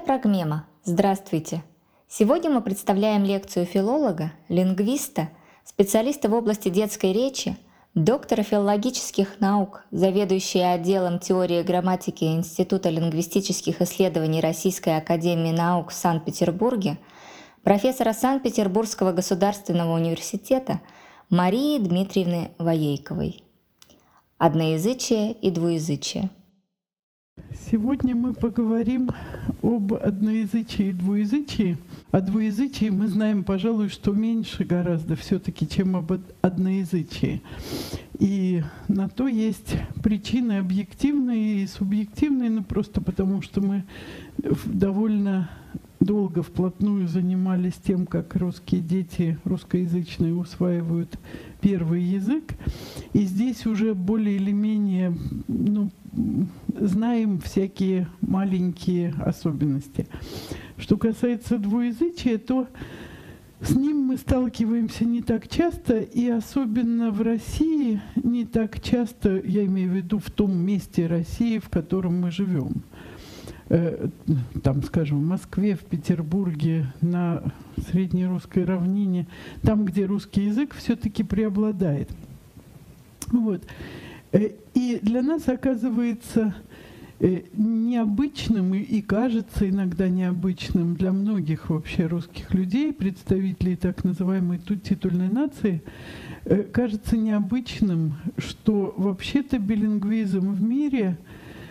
Диафрагмема. Здравствуйте! Сегодня мы представляем лекцию филолога, лингвиста, специалиста в области детской речи, доктора филологических наук, заведующего отделом теории и грамматики Института лингвистических исследований Российской академии наук в Санкт-Петербурге, профессора Санкт-Петербургского государственного университета Марии Дмитриевны Воейковой. Одноязычие и двуязычие. Сегодня мы поговорим об одноязычии и двуязычии. О двуязычии мы знаем, пожалуй, что меньше гораздо все-таки, чем об одноязычии. И на то есть причины объективные и субъективные, ну просто потому, что мы довольно долго вплотную занимались тем, как русские дети русскоязычные усваивают первый язык. И здесь уже более или менее знаем всякие маленькие особенности. Что касается двуязычия, то с ним мы сталкиваемся не так часто, и особенно в России не так часто, я имею в виду в том месте России, в котором мы живем. Там, скажем, в Москве, в Петербурге, на среднерусской равнине, там, где русский язык все-таки преобладает. Вот. И для нас оказывается необычным и кажется иногда необычным для многих вообще русских людей, представителей так называемой титульной нации, кажется необычным, что вообще-то билингвизм в мире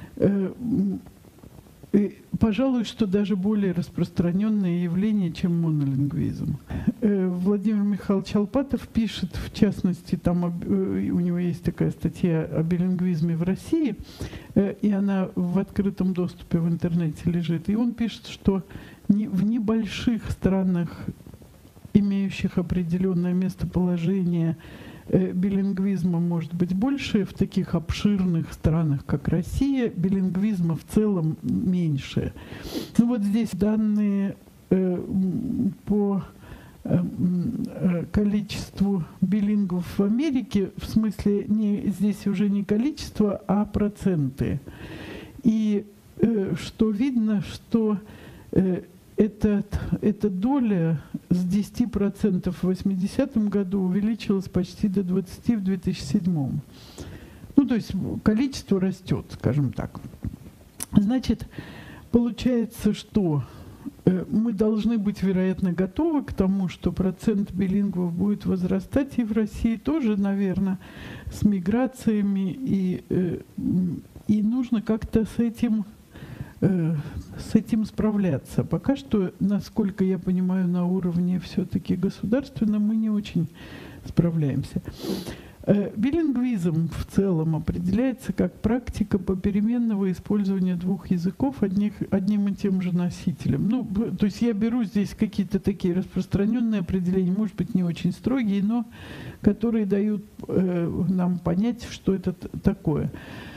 пожалуй, что даже более распространенное явление, чем монолингвизм. Владимир Михайлович Алпатов пишет, в частности, там у него есть такая статья о билингвизме в России, и она в открытом доступе в интернете лежит. И он пишет, что в небольших странах, имеющих определенное местоположение, билингвизма может быть больше, в таких обширных странах, как Россия, билингвизма в целом меньше. Ну вот здесь данные по количеству билингвов в Америке, в смысле здесь уже не количество, а проценты. И что видно, что эта доля с 10% в 80-м году увеличилась почти до 20% в 2007. Ну, то есть количество растет, скажем так. Значит, получается, что мы должны быть, вероятно, готовы к тому, что процент билингвов будет возрастать, и в России тоже, наверное, с миграциями, и нужно как-то с этим справляться. Пока что, насколько я понимаю, на уровне все-таки государственном мы не очень справляемся. Билингвизм в целом определяется как практика попеременного использования двух языков одним и тем же носителем. Ну, то есть я беру здесь какие-то такие распространенные определения, может быть, не очень строгие, но которые дают нам понять, что это такое.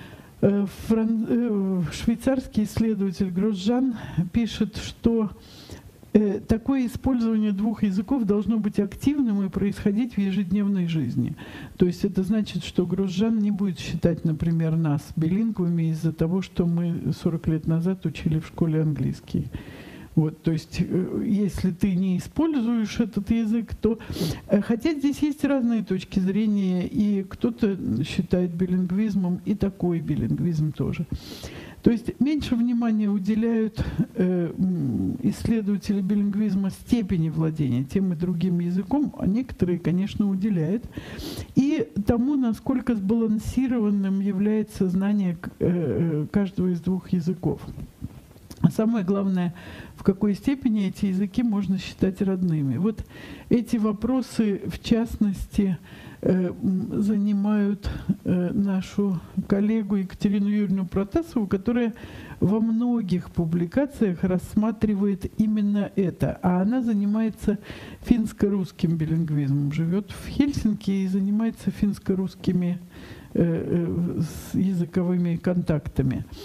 Швейцарский исследователь Гросжан пишет, что такое использование двух языков должно быть активным и происходить в ежедневной жизни. То есть это значит, что Гросжан не будет считать, например, нас билингвами из-за того, что мы 40 лет назад учили в школе английский. Вот, то есть, если ты не используешь этот язык, то... Хотя здесь есть разные точки зрения, и кто-то считает билингвизмом, и такой билингвизм тоже. То есть меньше внимания уделяют исследователи билингвизма степени владения тем и другим языком, а некоторые, конечно, уделяют, и тому, насколько сбалансированным является знание каждого из двух языков. А самое главное, в какой степени эти языки можно считать родными. Вот эти вопросы, в частности, занимают нашу коллегу Екатерину Юрьевну Протасову, которая во многих публикациях рассматривает именно это. А она занимается финско-русским билингвизмом, живет в Хельсинки и занимается финско-русскими языковыми контактами.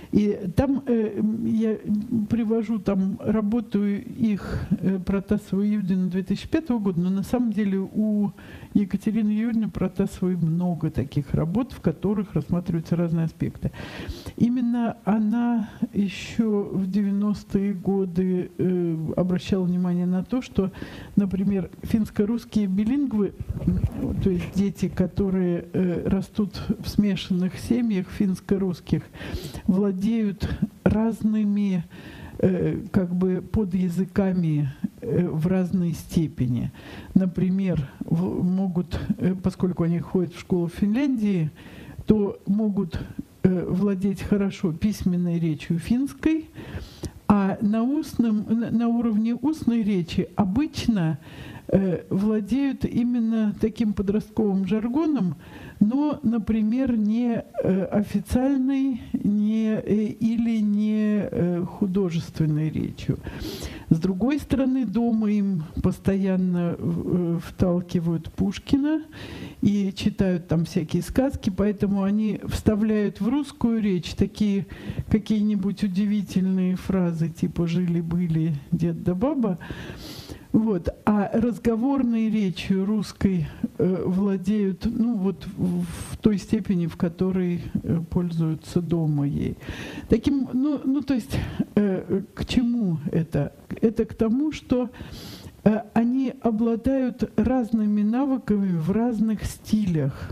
И там я привожу там работу их Протасовой и Юдина 2005 года, но на самом деле у Екатерины Юрьевны Протасовой много таких работ, в которых рассматриваются разные аспекты. Именно она еще в 90-е годы обращала внимание на то, что, например, финско-русские билингвы, то есть дети, которые растут в смешанных семьях финско-русских, владеют разными как бы подязыками в разной степени. Например, могут, поскольку они ходят в школу в Финляндии, то могут владеть хорошо письменной речью финской, а на уровне устной речи обычно владеют именно таким подростковым жаргоном, но, например, не официальной или не художественной речью. С другой стороны, дома им постоянно вталкивают Пушкина и читают там всякие сказки, поэтому они вставляют в русскую речь такие какие-нибудь удивительные фразы, типа «жили-были дед да баба». Вот. А разговорной речью русской владеют в той степени, в которой пользуются дома ей. Таким, то есть к чему это? Это к тому, что они обладают разными навыками в разных стилях.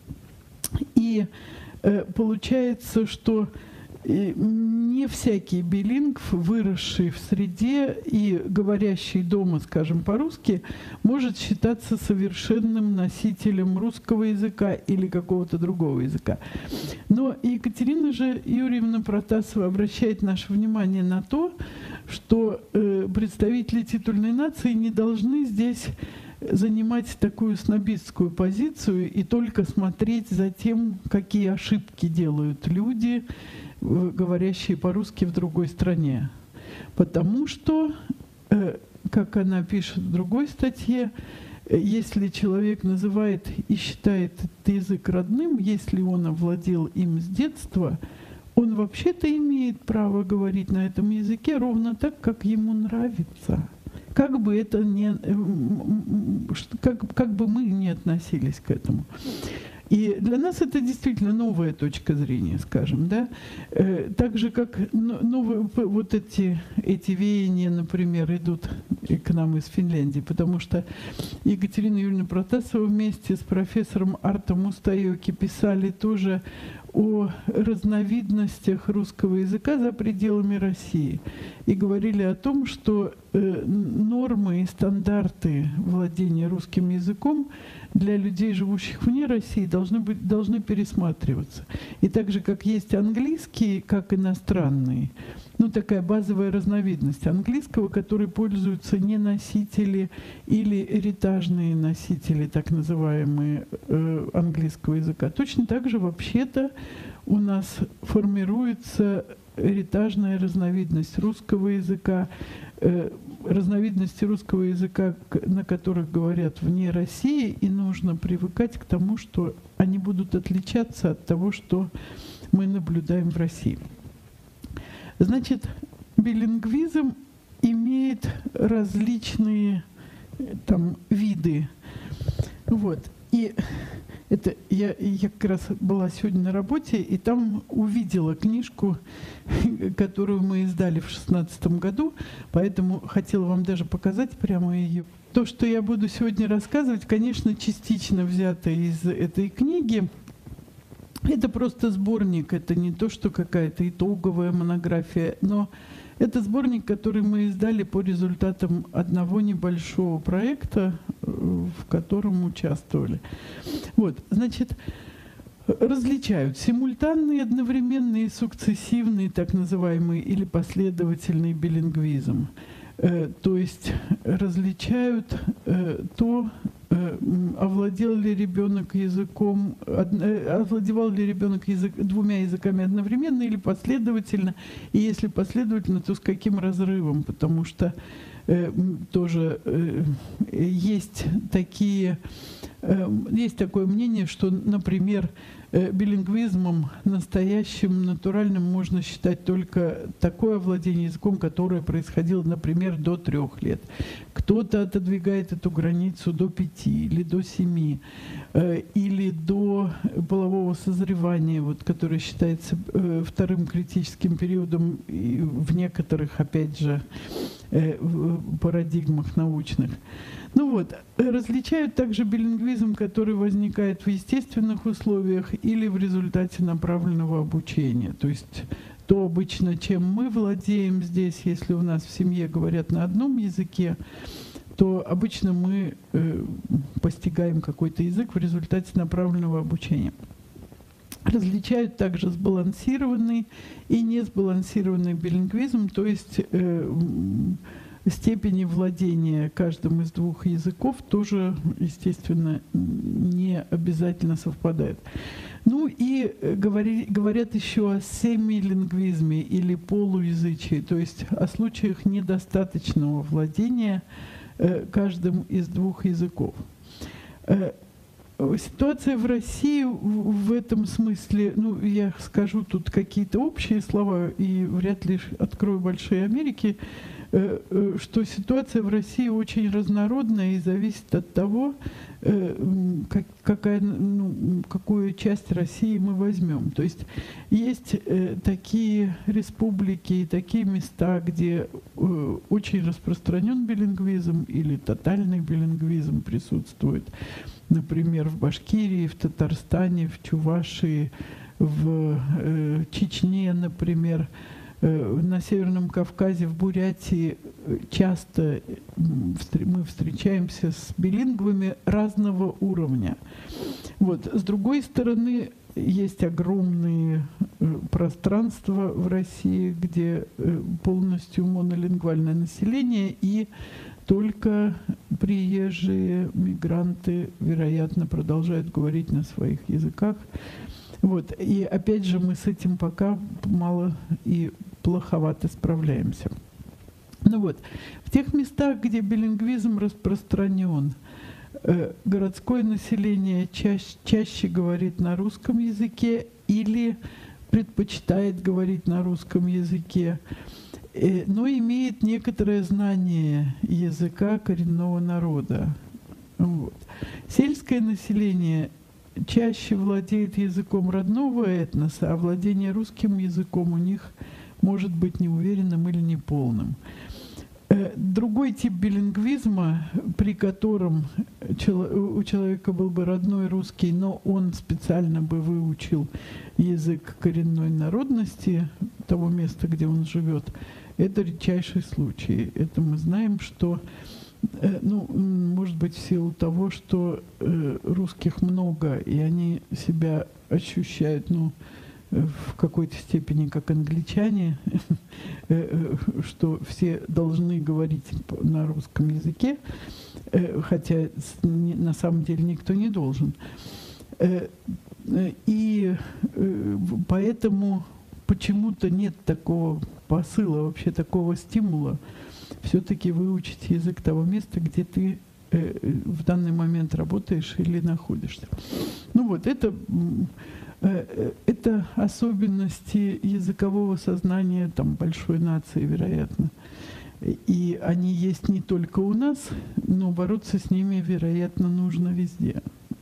И получается, что не всякий билингв, выросший в среде и говорящий дома, скажем, по-русски, может считаться совершенным носителем русского языка или какого-то другого языка. Но Екатерина же Юрьевна Протасова обращает наше внимание на то, что представители титульной нации не должны здесь занимать такую снобистскую позицию и только смотреть за тем, какие ошибки делают люди, говорящие по-русски в другой стране. Потому что, как она пишет в другой статье, если человек называет и считает этот язык родным, если он овладел им с детства, он вообще-то имеет право говорить на этом языке ровно так, как ему нравится. Как бы это как бы мы ни относились к этому. И для нас это действительно новая точка зрения, скажем, да. Так же, как вот эти веяния, например, идут к нам из Финляндии, потому что Екатерина Юрьевна Протасова вместе с профессором Артом Мустайоки писали тоже о разновидностях русского языка за пределами России и говорили о том, что нормы и стандарты владения русским языком для людей, живущих вне России, должны пересматриваться. И так же, как есть английский, как иностранный, такая базовая разновидность английского, которой пользуются не носители или эритажные носители, так называемые, английского языка. Точно так же вообще-то у нас формируется эритажная разновидность русского языка, разновидности русского языка, на которых говорят вне России, и нужно привыкать к тому, что они будут отличаться от того, что мы наблюдаем в России. Значит, билингвизм имеет различные виды. Вот. И это я как раз была сегодня на работе, и там увидела книжку, которую мы издали в 2016 году, поэтому хотела вам даже показать прямо ее. То, что я буду сегодня рассказывать, конечно, частично взято из этой книги. Это просто сборник, это не то, что какая-то итоговая монография, но это сборник, который мы издали по результатам одного небольшого проекта, в котором участвовали. Вот, значит, различают симультанный, одновременный, сукцессивный, так называемый, или последовательный билингвизм. То есть различают овладел ли ребенок языком, овладевал ли ребенок двумя языками одновременно или последовательно, и если последовательно, то с каким разрывом, потому что тоже есть такие Есть такое мнение, что, например, билингвизмом настоящим, натуральным можно считать только такое владение языком, которое происходило, например, до 3 лет. Кто-то отодвигает эту границу до 5 или до 7, или до полового созревания, вот, которое считается вторым критическим периодом в некоторых, опять же, парадигмах научных. Ну вот, различают также билингвизм, который возникает в естественных условиях или в результате направленного обучения. То есть то обычно, чем мы владеем здесь, если у нас в семье говорят на одном языке, то обычно мы постигаем какой-то язык в результате направленного обучения. Различают также сбалансированный и несбалансированный билингвизм, то есть степени владения каждым из 2 языков тоже, естественно, не обязательно совпадают. Ну и говорят еще о семилингвизме или полуязычии, то есть о случаях недостаточного владения каждым из 2 языков. Ситуация в России в этом смысле, ну, я скажу тут какие-то общие слова и вряд ли открою большие Америки, что ситуация в России очень разнородная и зависит от того, какую часть России мы возьмем. То есть есть такие республики и такие места, где очень распространен билингвизм или тотальный билингвизм присутствует. Например, в Башкирии, в Татарстане, в Чувашии, в Чечне, например, на Северном Кавказе, в Бурятии часто мы встречаемся с билингвами разного уровня. Вот. С другой стороны, есть огромные пространства в России, где полностью монолингвальное население, и только приезжие мигранты, вероятно, продолжают говорить на своих языках. Вот. И опять же, мы с этим пока мало и плоховато справляемся. Ну вот, в тех местах, где билингвизм распространен, городское население чаще говорит на русском языке или предпочитает говорить на русском языке, но имеет некоторое знание языка коренного народа. Вот. Сельское население чаще владеет языком родного этноса, а владение русским языком у них может быть неуверенным или неполным. Другой тип билингвизма, при котором у человека был бы родной русский, но он специально бы выучил язык коренной народности того места, где он живет, это редчайший случай. Это мы знаем, что, ну, может быть, в силу того, что русских много, и они себя ощущают, ну, в какой-то степени как англичане, что все должны говорить на русском языке, хотя на самом деле никто не должен. И поэтому почему-то нет такого посыла, вообще такого стимула все-таки выучить язык того места, где ты в данный момент работаешь или находишься. Ну вот, это особенности языкового сознания там, большой нации, вероятно. И они есть не только у нас, но бороться с ними, вероятно, нужно везде.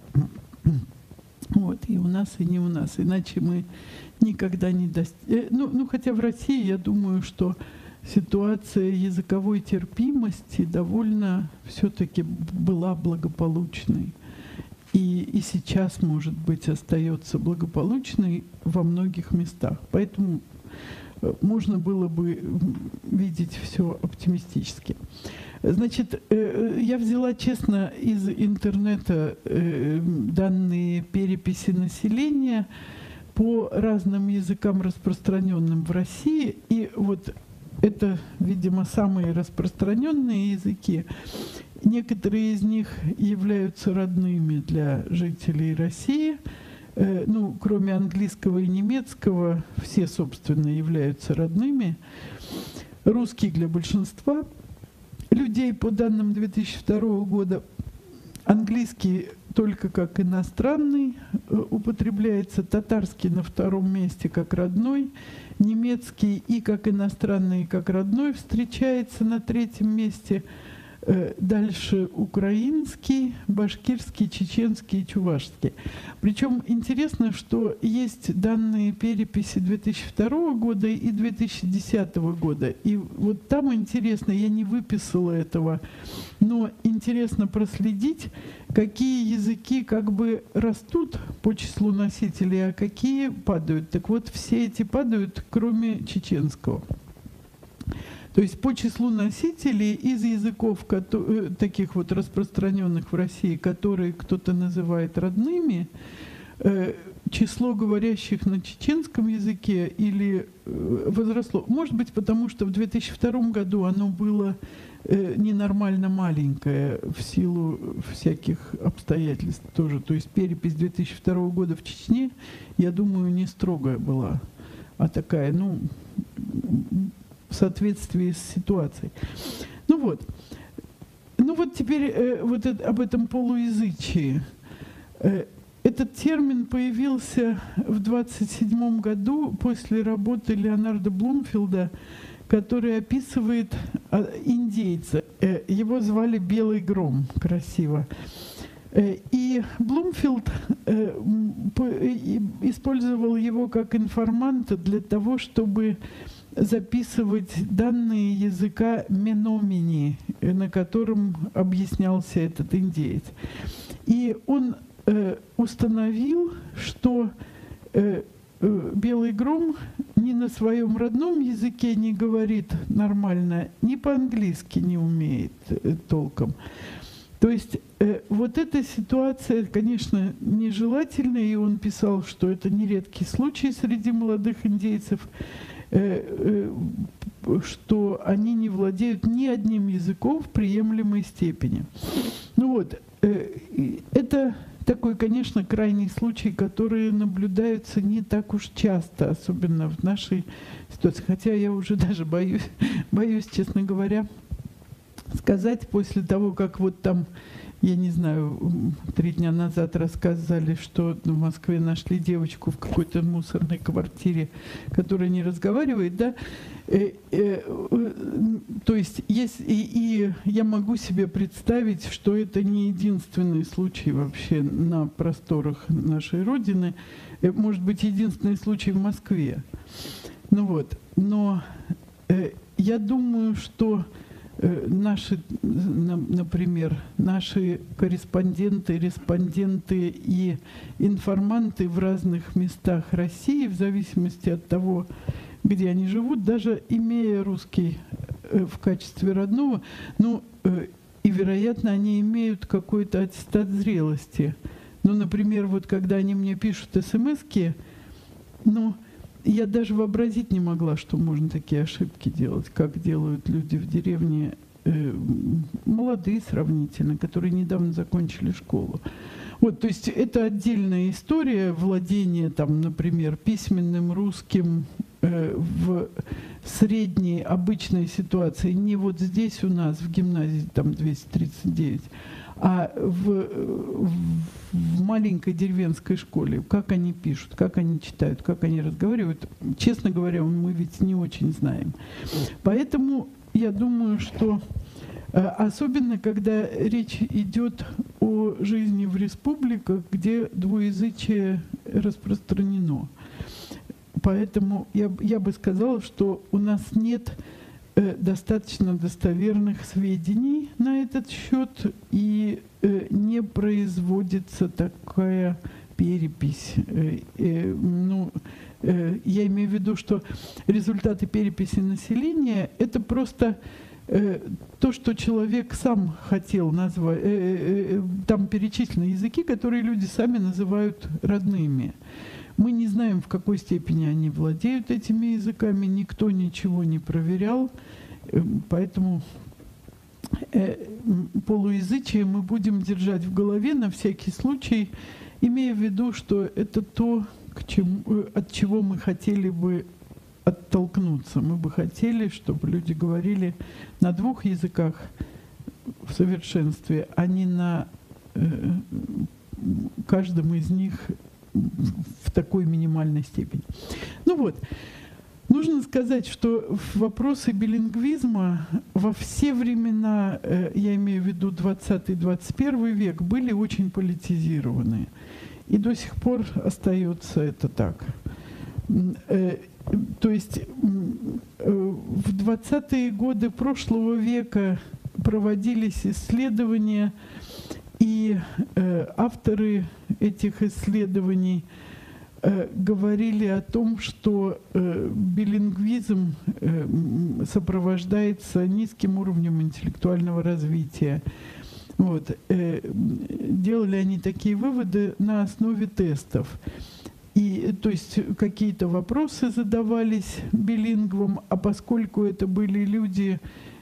Вот, и у нас, и не у нас. Иначе мы никогда не достигнем. Хотя в России, я думаю, что ситуация языковой терпимости довольно все-таки была благополучной. И сейчас, может быть, остается благополучной во многих местах. Поэтому можно было бы видеть все оптимистически. Значит, я взяла, честно, из интернета данные переписи населения по разным языкам, распространенным в России. И вот это, видимо, самые распространенные языки. Некоторые из них являются родными для жителей России. Ну, кроме английского и немецкого, все, собственно, являются родными. Русский для большинства людей, по данным 2002 года, английский только как иностранный употребляется, татарский на втором месте как родной, немецкий и как иностранный, и как родной встречается на третьем месте. Дальше украинский, башкирский, чеченский и чувашский. Причем интересно, что есть данные переписи 2002 года и 2010 года. И вот там интересно, я не выписала этого, но интересно проследить, какие языки как бы растут по числу носителей, а какие падают. Так вот, все эти падают, кроме чеченского. То есть по числу носителей из языков, таких вот распространенных в России, которые кто-то называет родными, число говорящих на чеченском языке или возросло. Может быть, потому что в 2002 году оно было ненормально маленькое в силу всяких обстоятельств тоже. То есть перепись 2002 года в Чечне, я думаю, не строгая была, а такая, ну, в соответствии с ситуацией. Ну вот теперь об этом полуязычии. Этот термин появился в 1927 году после работы Леонарда Блумфилда, который описывает индейца. Его звали Белый Гром, красиво. И Блумфилд использовал его как информанта для того, чтобы записывать данные языка Меномини, на котором объяснялся этот индеец. И он установил, что Белый Гром ни на своем родном языке не говорит нормально, ни по-английски не умеет толком. То есть вот эта ситуация, конечно, нежелательная, и он писал, что это нередкий случай среди молодых индейцев, что они не владеют ни одним языком в приемлемой степени. Ну вот, это такой, конечно, крайний случай, который наблюдается не так уж часто, особенно в нашей ситуации. Хотя я уже даже боюсь, честно говоря, сказать после того, как вот там, я не знаю, 3 дня назад рассказали, что в Москве нашли девочку в какой-то мусорной квартире, которая не разговаривает, да. То есть и я могу себе представить, что это не единственный случай вообще на просторах нашей Родины, может быть, единственный случай в Москве. Ну вот, но я думаю, что наши, например, наши корреспонденты, респонденты и информанты в разных местах России, в зависимости от того, где они живут, даже имея русский в качестве родного, ну, и, вероятно, они имеют какой-то аттестат зрелости. Ну, например, вот когда они мне пишут смс-ки, ну, я даже вообразить не могла, что можно такие ошибки делать, как делают люди в деревне, молодые сравнительно, которые недавно закончили школу. Вот, то есть это отдельная история владения, там, например, письменным русским в средней обычной ситуации, не вот здесь у нас в гимназии там 239, а в маленькой деревенской школе, как они пишут, как они читают, как они разговаривают, честно говоря, мы ведь не очень знаем. Поэтому я думаю, что особенно когда речь идет о жизни в республиках, где двуязычие распространено. Поэтому я бы сказала, что у нас нет достаточно достоверных сведений на этот счет, и не производится такая перепись. Ну, я имею в виду, что результаты переписи населения — это просто то, что человек сам хотел назвать. Там перечислены языки, которые люди сами называют родными. Мы не знаем, в какой степени они владеют этими языками, никто ничего не проверял, поэтому полуязычие мы будем держать в голове на всякий случай, имея в виду, что это то, от чего мы хотели бы оттолкнуться. Мы бы хотели, чтобы люди говорили на 2 языках в совершенстве, а не на каждом из них в такой минимальной степени. Ну вот, нужно сказать, что вопросы билингвизма во все времена, я имею в виду 20-21 век, были очень политизированы. И до сих пор остается это так. То есть в 20-е годы прошлого века проводились исследования, и авторы этих исследований говорили о том, что билингвизм сопровождается низким уровнем интеллектуального развития. Вот. Делали они такие выводы на основе тестов. И, то есть какие-то вопросы задавались билингвам, а поскольку это были люди,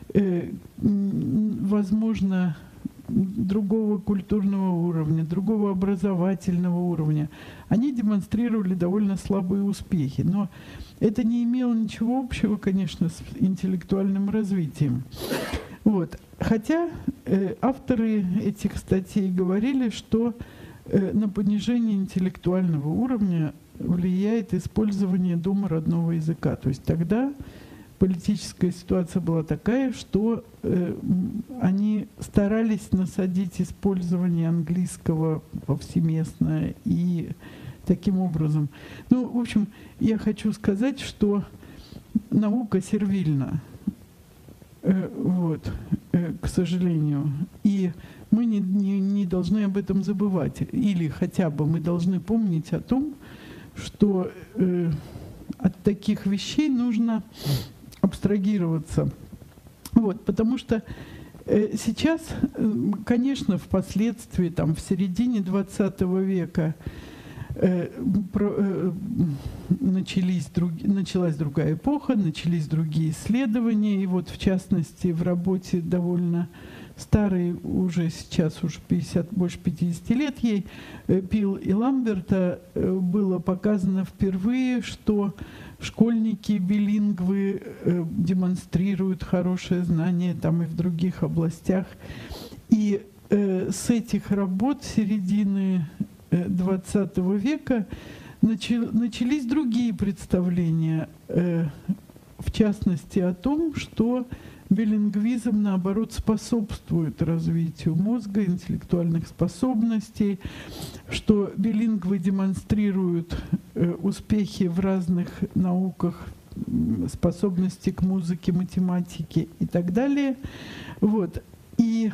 возможно, другого культурного уровня, другого образовательного уровня, они демонстрировали довольно слабые успехи. Но это не имело ничего общего, конечно, с интеллектуальным развитием. Вот. Хотя авторы этих статей говорили, что на понижение интеллектуального уровня влияет использование дома родного языка. То есть тогда политическая ситуация была такая, что они старались насадить использование английского повсеместно и таким образом. Ну, в общем, я хочу сказать, что наука сервильна, вот, к сожалению. И мы не должны об этом забывать. Или хотя бы мы должны помнить о том, что от таких вещей нужно абстрагироваться. Вот, потому что сейчас, конечно, впоследствии, там, в середине 20 века началась другая эпоха, начались другие исследования, и вот, в частности, в работе довольно старой, уже сейчас больше 50 лет ей, Пил и Ламберта, было показано впервые, что школьники билингвы демонстрируют хорошее знание там и в других областях. И с этих работ середины 20 века начались другие представления, в частности о том, что билингвизм, наоборот, способствует развитию мозга, интеллектуальных способностей, что билингвы демонстрируют успехи в разных науках, способности к музыке, математике и так далее. Вот. И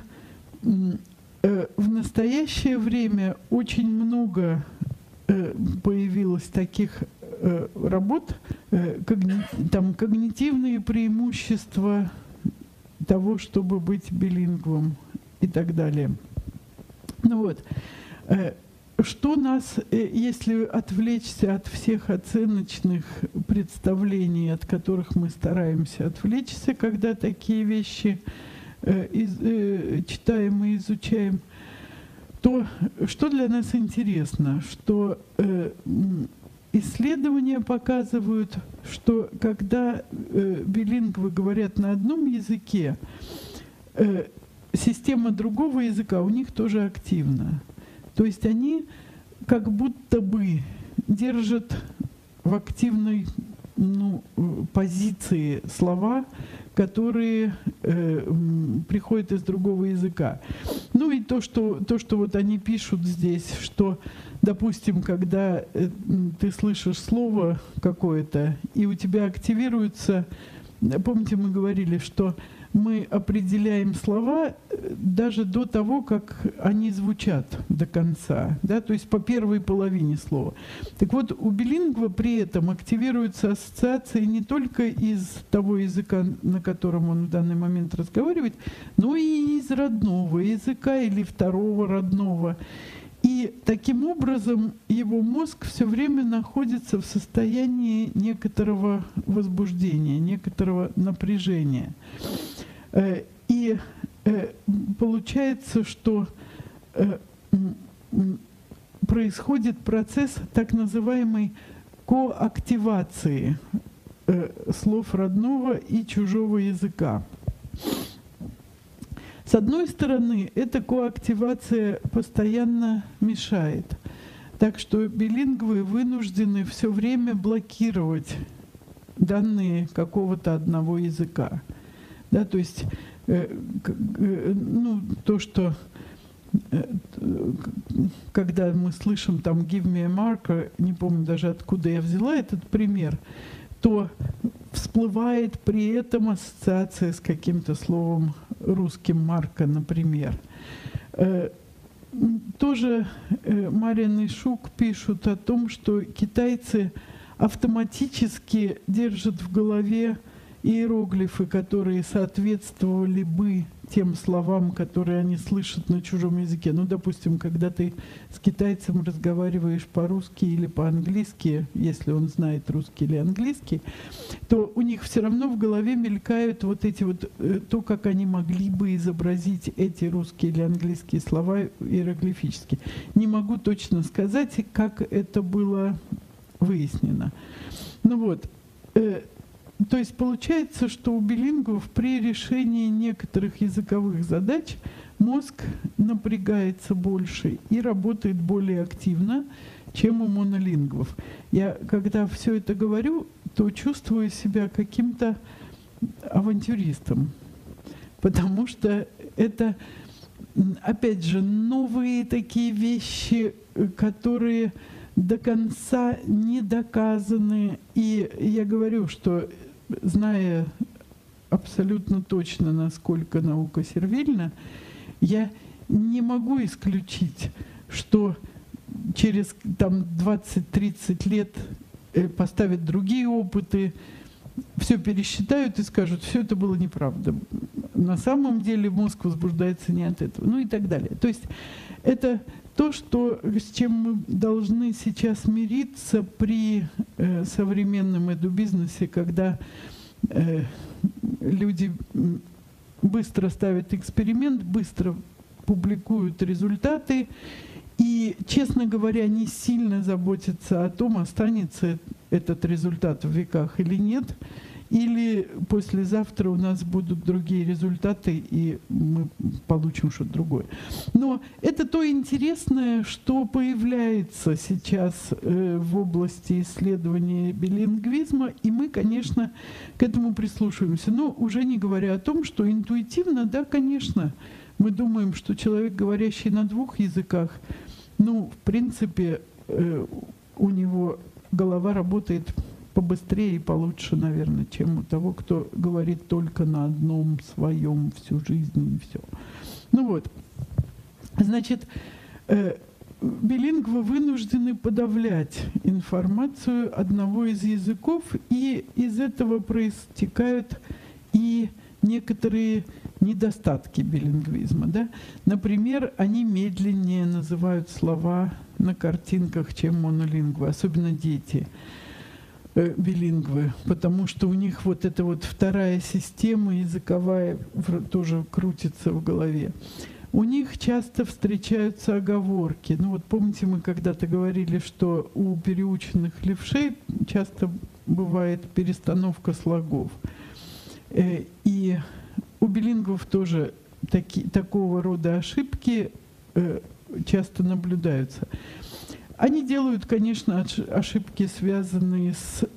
в настоящее время очень много появилось таких работ, там когнитивные преимущества того, чтобы быть билингвом и так далее. Ну вот. Что нас, если отвлечься от всех оценочных представлений, от которых мы стараемся отвлечься, когда такие вещи читаем и изучаем, то что для нас интересно, что исследования показывают, что когда билингвы говорят на одном языке, система другого языка у них тоже активна. То есть они как будто бы держат в активной позиции слова, которые приходят из другого языка. Ну и то, что вот они пишут здесь, что, допустим, когда ты слышишь слово какое-то, и у тебя активируется, помните, мы говорили, что мы определяем слова даже до того, как они звучат до конца, да, то есть по первой половине слова. Так вот, у билингва при этом активируются ассоциации не только из того языка, на котором он в данный момент разговаривает, но и из родного языка или второго родного. И таким образом его мозг все время находится в состоянии некоторого возбуждения, некоторого напряжения. И получается, что происходит процесс так называемой коактивации слов родного и чужого языка. С одной стороны, эта коактивация постоянно мешает. Так что билингвы вынуждены все время блокировать данные какого-то одного языка. Да, то есть то, что когда мы слышим там «give me a marker», не помню даже откуда я взяла этот пример, то всплывает при этом ассоциация с каким-то словом русским «марка», например. Тоже Марин и Шук пишут о том, что китайцы автоматически держат в голове иероглифы, которые соответствовали бы тем словам, которые они слышат на чужом языке. Ну, допустим, когда ты с китайцем разговариваешь по-русски или по-английски, если он знает русский или английский, то у них все равно в голове мелькают вот эти вот, то, как они могли бы изобразить эти русские или английские слова иероглифически. Не могу точно сказать, как это было выяснено. Ну вот, то есть получается, что у билингвов при решении некоторых языковых задач мозг напрягается больше и работает более активно, чем у монолингвов. Я, когда все это говорю, то чувствую себя каким-то авантюристом, потому что это, опять же, новые такие вещи, которые до конца не доказаны. И я говорю, что, зная абсолютно точно, насколько наука сервильна, я не могу исключить, что через 20-30 лет поставят другие опыты, все пересчитают и скажут, все это было неправда. На самом деле мозг возбуждается не от этого, ну и так далее. То есть это то, с чем мы должны сейчас мириться при современном эду-бизнесе, когда люди быстро ставят эксперимент, быстро публикуют результаты и, честно говоря, не сильно заботятся о том, останется этот результат в веках или нет, или послезавтра у нас будут другие результаты, и мы получим что-то другое. Но это то интересное, что появляется сейчас в области исследования билингвизма, и мы, конечно, к этому прислушиваемся. Но уже не говоря о том, что интуитивно, да, конечно, мы думаем, что человек, говорящий на двух языках, ну, в принципе, у него голова работает побыстрее и получше, наверное, чем у того, кто говорит только на одном своем всю жизнь и все. Ну вот, значит, билингвы вынуждены подавлять информацию одного из языков, и из этого проистекают и некоторые недостатки билингвизма. Да? Например, они медленнее называют слова на картинках, чем монолингвы, особенно дети билингвы, потому что у них вот эта вот вторая система языковая тоже крутится в голове. У них часто встречаются оговорки. Ну вот помните, мы когда-то говорили, что у переученных левшей часто бывает перестановка слогов. И у билингвов тоже такого рода ошибки часто наблюдаются. Они делают, конечно, ошибки, связанные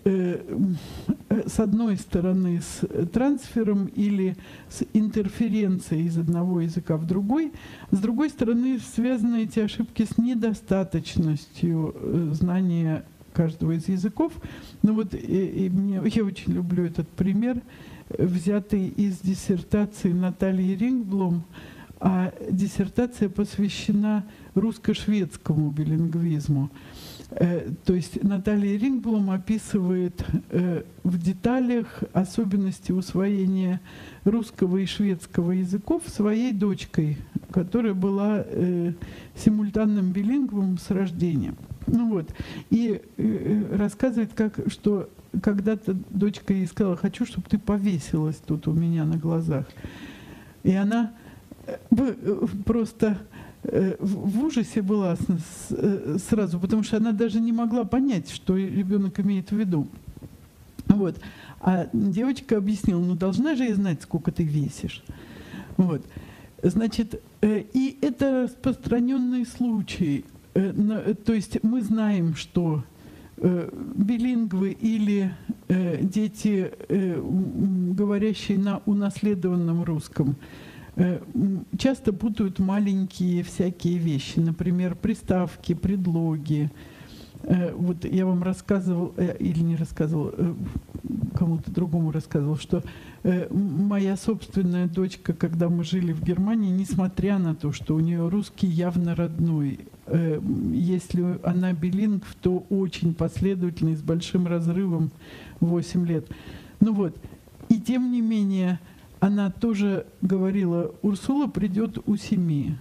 с одной стороны с трансфером или с интерференцией из одного языка в другой, с другой стороны связаны эти ошибки с недостаточностью знания каждого из языков. Ну вот я очень люблю этот пример, взятый из диссертации Натальи Рингблом, а диссертация посвящена русско-шведскому билингвизму. То есть Наталья Рингблом описывает в деталях особенности усвоения русского и шведского языков своей дочкой, которая была симультанным билингвом с рождения. Ну вот. И рассказывает, что когда-то дочка ей сказала: хочу, чтобы ты повесилась тут у меня на глазах. И она просто в ужасе была сразу, потому что она даже не могла понять, что ребенок имеет в виду. Вот. А девочка объяснила: ну должна же я знать, сколько ты весишь. Вот. Значит, и это распространенный случай. То есть мы знаем, что билингвы или дети, говорящие на унаследованном русском, часто путают маленькие всякие вещи, например, приставки, предлоги. Вот я вам рассказывал, или не рассказывал, кому-то другому рассказывал, что моя собственная дочка, когда мы жили в Германии, несмотря на то, что у нее русский явно родной, если она билингв, то очень последовательный, с большим разрывом 8 лет. Ну вот, и тем не менее, она тоже говорила, Урсула придет у 7.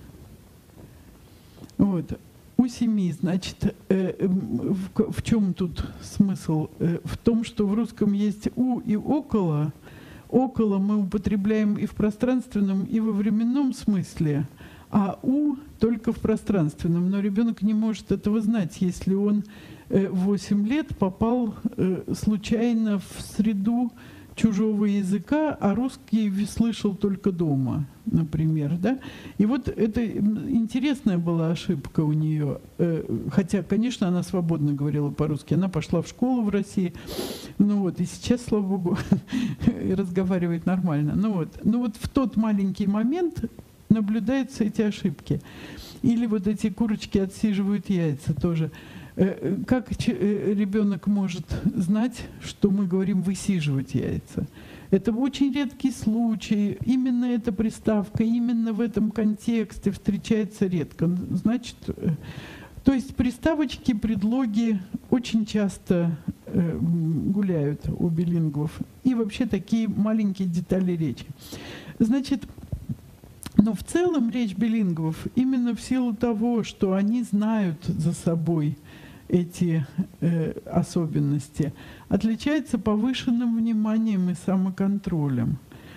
Вот. У 7, значит, в чем тут смысл? В том, что в русском есть «у» и «около». «Около» мы употребляем и в пространственном, и во временном смысле, а «у» только в пространственном. Но ребенок не может этого знать, если он в 8 лет попал случайно в среду чужого языка, а русский слышал только дома, например, да? И вот это интересная была ошибка у нее, хотя, конечно, она свободно говорила по-русски, она пошла в школу в России, ну вот, и сейчас, слава богу, разговаривает нормально. Ну вот в тот маленький момент наблюдаются эти ошибки. Или вот эти курочки отсиживают яйца тоже. Как ребенок может знать, что мы говорим «высиживать яйца»? Это очень редкий случай. Именно эта приставка, именно в этом контексте встречается редко. Значит, то есть приставочки, предлоги очень часто гуляют у билингвов. И вообще такие маленькие детали речи. Значит, но в целом речь билингвов именно в силу того, что они знают за собой эти особенности, отличается повышенным вниманием и самоконтролем,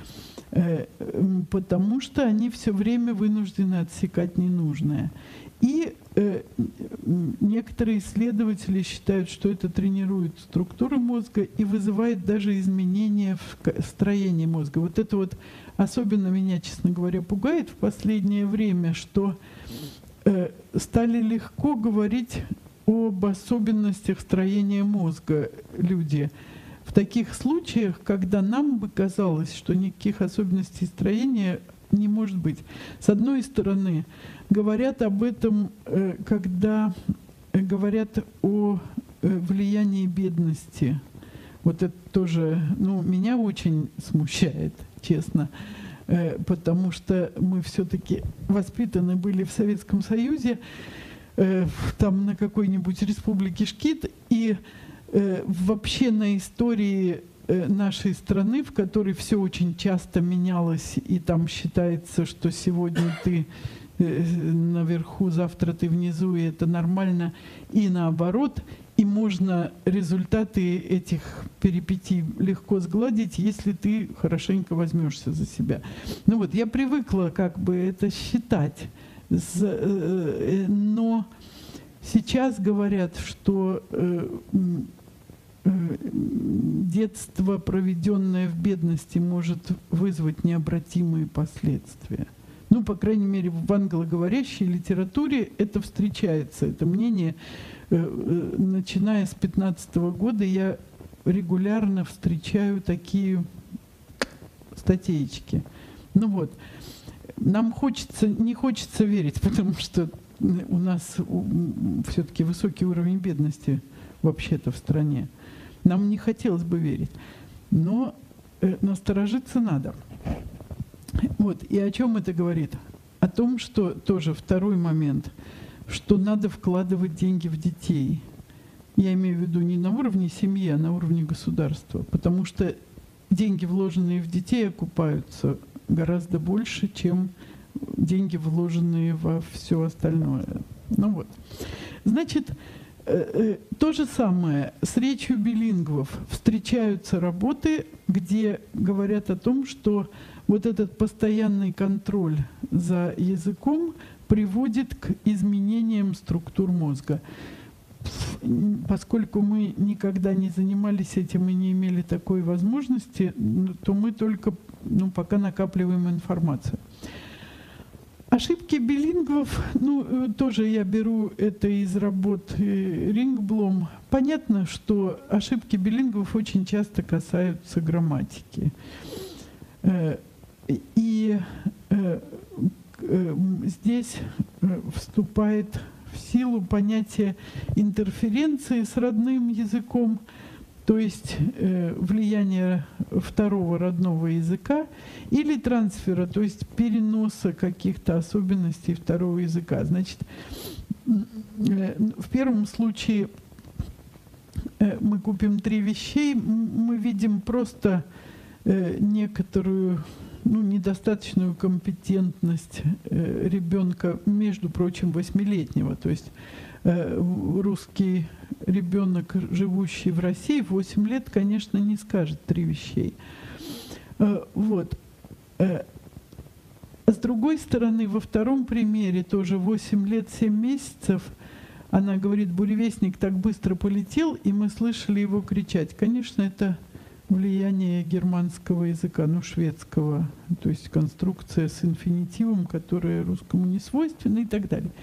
потому что они все время вынуждены отсекать ненужное. И некоторые исследователи считают, что это тренирует структуру мозга и вызывает даже изменения в строении мозга. Вот это вот особенно меня, честно говоря, пугает в последнее время, что стали легко говорить об особенностях строения мозга люди. В таких случаях, когда нам бы казалось, что никаких особенностей строения не может быть. С одной стороны, говорят об этом, когда говорят о влиянии бедности. Вот это тоже, меня очень смущает, честно, потому что мы все-таки воспитаны были в Советском Союзе, там на какой-нибудь республике Шкит, и вообще на истории нашей страны, в которой все очень часто менялось, и там считается, что сегодня ты наверху, завтра ты внизу, и это нормально, и наоборот, и можно результаты этих перипетий легко сгладить, если ты хорошенько возьмешься за себя. Ну вот, я привыкла как бы это считать, но сейчас говорят, что детство, проведенное в бедности, может вызвать необратимые последствия. По крайней мере, в англоговорящей литературе это встречается, это мнение. Начиная с 2015 года я регулярно встречаю такие статейки. Нам не хочется верить, потому что у нас все-таки высокий уровень бедности вообще-то в стране. Нам не хотелось бы верить, но насторожиться надо. Вот. И о чем это говорит? О том, что тоже второй момент, что надо вкладывать деньги в детей. Я имею в виду не на уровне семьи, а на уровне государства. Потому что деньги, вложенные в детей, окупаются гораздо больше, чем деньги, вложенные во все остальное. Значит, то же самое с речью билингвов. Встречаются работы, где говорят о том, что вот этот постоянный контроль за языком приводит к изменениям структур мозга. Поскольку мы никогда не занимались этим и не имели такой возможности, то мы только пока накапливаем информацию. Ошибки билингвов, ну, тоже я беру это из работ Рингблом. Понятно, что ошибки билингвов очень часто касаются грамматики. И здесь вступает в силу понятие интерференции с родным языком, то есть влияние второго родного языка, или трансфера, то есть переноса каких-то особенностей второго языка. Значит, в первом случае мы купим 3 вещей, мы видим просто некоторую недостаточную компетентность ребенка, между прочим, 8-летнего. То есть русский ребенок, живущий в России, в 8 лет, конечно, не скажет 3 вещей. Вот. С другой стороны, во втором примере, тоже 8 лет 7 месяцев, она говорит, буревестник так быстро полетел, и мы слышали его кричать. Конечно, это влияние германского языка, шведского, то есть конструкция с инфинитивом, которая русскому не свойственна и так далее.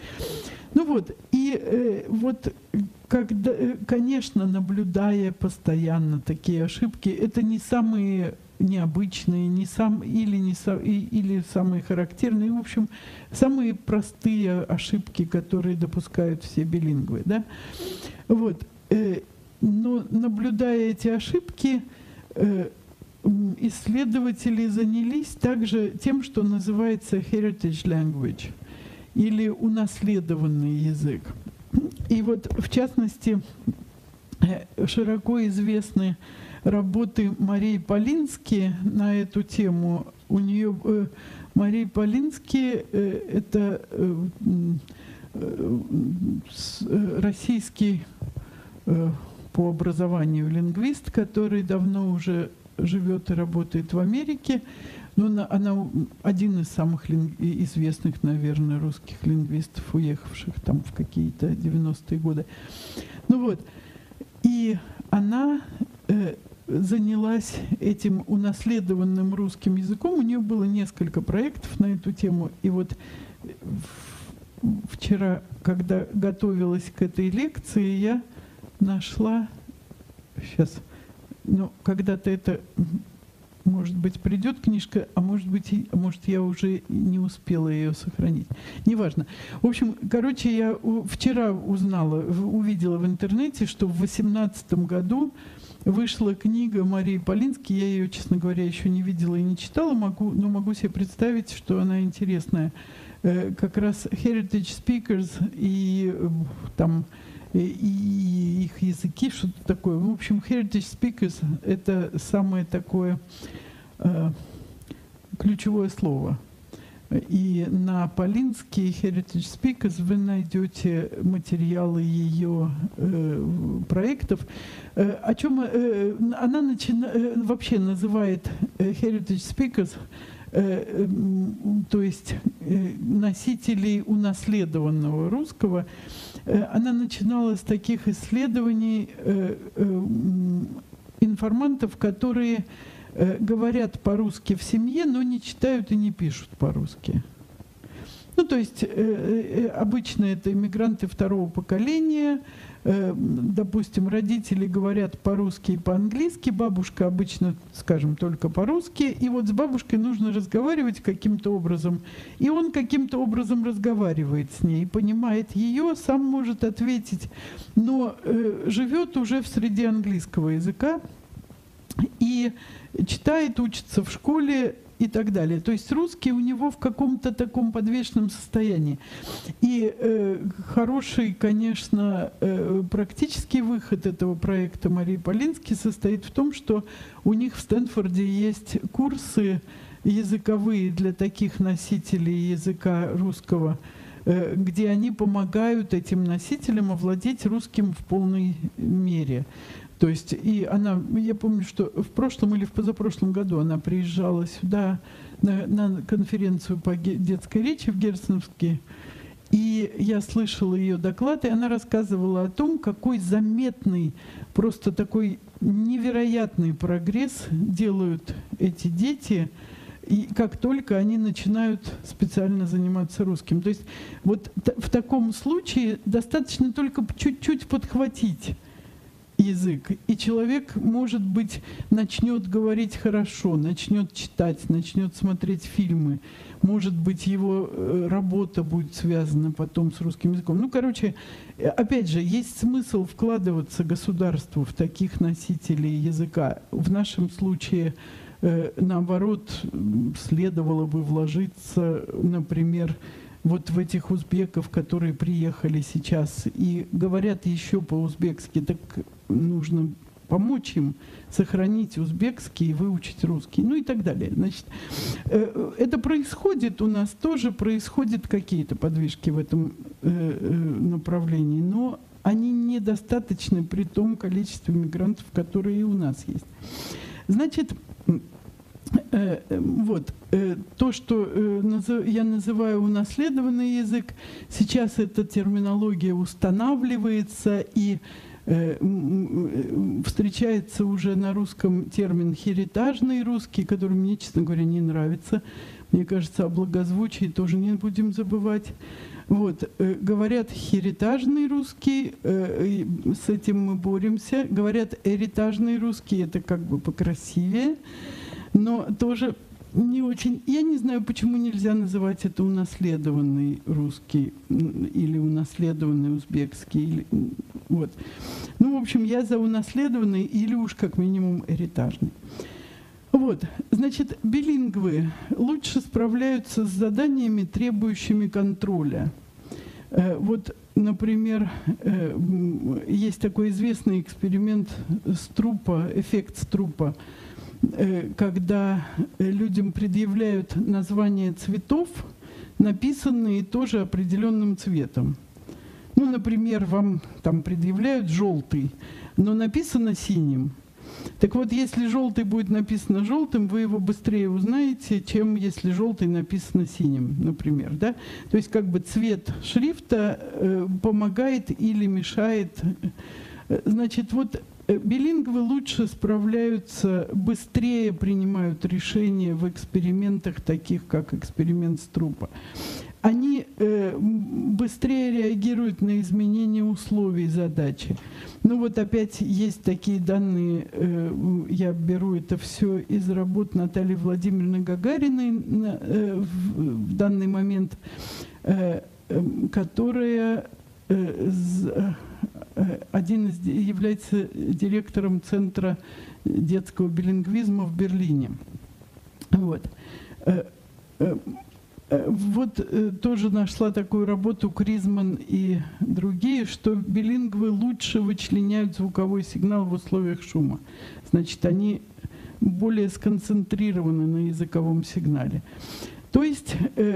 Вот, когда, конечно, наблюдая постоянно такие ошибки, это не самые необычные, или самые характерные, в общем, самые простые ошибки, которые допускают все билингвы, да? Вот. Но наблюдая эти ошибки, исследователи занялись также тем, что называется heritage language, или унаследованный язык. И вот, в частности, широко известны работы Марии Полински на эту тему. У нее Мария Полински это российский по образованию лингвист, который давно уже живет и работает в Америке. Но она один из самых известных, наверное, русских лингвистов, уехавших там в какие-то 90-е годы. И она занялась этим унаследованным русским языком. У нее было несколько проектов на эту тему. И вот вчера, когда готовилась к этой лекции, я нашла, сейчас, когда-то это, может быть, придет книжка, а может я уже не успела ее сохранить. Неважно. В общем, я вчера увидела в интернете, что в 2018 году вышла книга Марии Полински. Я ее, честно говоря, еще не видела и не читала, но могу себе представить, что она интересная. Как раз heritage speakers и там и их языки, что-то такое. В общем, heritage speakers — это самое такое ключевое слово. И на Полински heritage speakers вы найдете материалы ее проектов. О чем она вообще называет heritage speakers, то есть носителей унаследованного русского. Она начинала с таких исследований информантов, которые говорят по-русски в семье, но не читают и не пишут по-русски. То есть обычно это иммигранты второго поколения. Допустим, родители говорят по-русски и по-английски, бабушка обычно, скажем, только по-русски, и вот с бабушкой нужно разговаривать каким-то образом. И он каким-то образом разговаривает с ней, понимает ее, сам может ответить, но живет уже в среде английского языка и читает, учится в школе и так далее. То есть русский у него в каком-то таком подвешенном состоянии. И хороший, конечно, практический выход этого проекта Марии Полински состоит в том, что у них в Стэнфорде есть курсы языковые для таких носителей языка русского, где они помогают этим носителям овладеть русским в полной мере. То есть, я помню, что в прошлом или в позапрошлом году она приезжала сюда на конференцию по детской речи в Герценовске, и я слышала ее доклад, и она рассказывала о том, какой заметный, просто такой невероятный прогресс делают эти дети. и как только они начинают специально заниматься русским. То есть вот в таком случае достаточно только чуть-чуть подхватить язык, и человек, может быть, начнет говорить хорошо, начнет читать, начнет смотреть фильмы, может быть, его работа будет связана потом с русским языком. Ну, короче, опять же, есть смысл вкладываться государству в таких носителей языка. В нашем случае, наоборот, следовало бы вложиться, например, вот в этих узбеков, которые приехали сейчас и говорят еще по-узбекски, так нужно помочь им сохранить узбекский и выучить русский, ну и так далее. Значит, это происходит у нас тоже, происходят какие-то подвижки в этом направлении, но они недостаточны при том количестве мигрантов, которые и у нас есть. Значит, вот, то, что я называю унаследованный язык, сейчас эта терминология устанавливается, и встречается уже на русском термин «херитажный русский», который мне, честно говоря, не нравится. Мне кажется, о благозвучии тоже не будем забывать. Вот, говорят «херитажный русский», с этим мы боремся. Говорят «эритажный русский», это как бы покрасивее, но тоже не очень. Я не знаю, почему нельзя называть это унаследованный русский или унаследованный узбекский. Или, вот. Ну, в общем, я за унаследованный или уж как минимум эритажный. Вот, значит, билингвы лучше справляются с заданиями, требующими контроля. Вот, например, есть такой известный эксперимент Струпа, эффект Струпа, когда людям предъявляют названия цветов, написанные тоже определенным цветом. Ну, например, вам там предъявляют желтый, но написано синим. Так вот, если желтый будет написано желтым, вы его быстрее узнаете, чем если желтый написано синим, например. Да? То есть как бы цвет шрифта помогает или мешает. Значит, вот билингвы лучше справляются, быстрее принимают решения в экспериментах, таких как эксперимент Струпа. Они быстрее реагируют на изменения условий задачи. Ну вот опять есть такие данные, я беру это все из работ Натальи Владимировны Гагариной в данный момент, которая является директором Центра детского билингвизма в Берлине. Вот. Вот тоже нашла такую работу Кризман и другие, что билингвы лучше вычленяют звуковой сигнал в условиях шума. Значит, они более сконцентрированы на языковом сигнале. То есть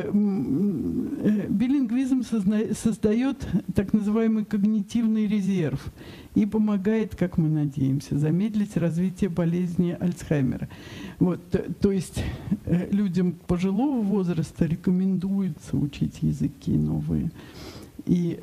билингвизм создает так называемый когнитивный резерв и помогает, как мы надеемся, замедлить развитие болезни Альцгеймера. Вот, то есть людям пожилого возраста рекомендуется учить языки новые. И,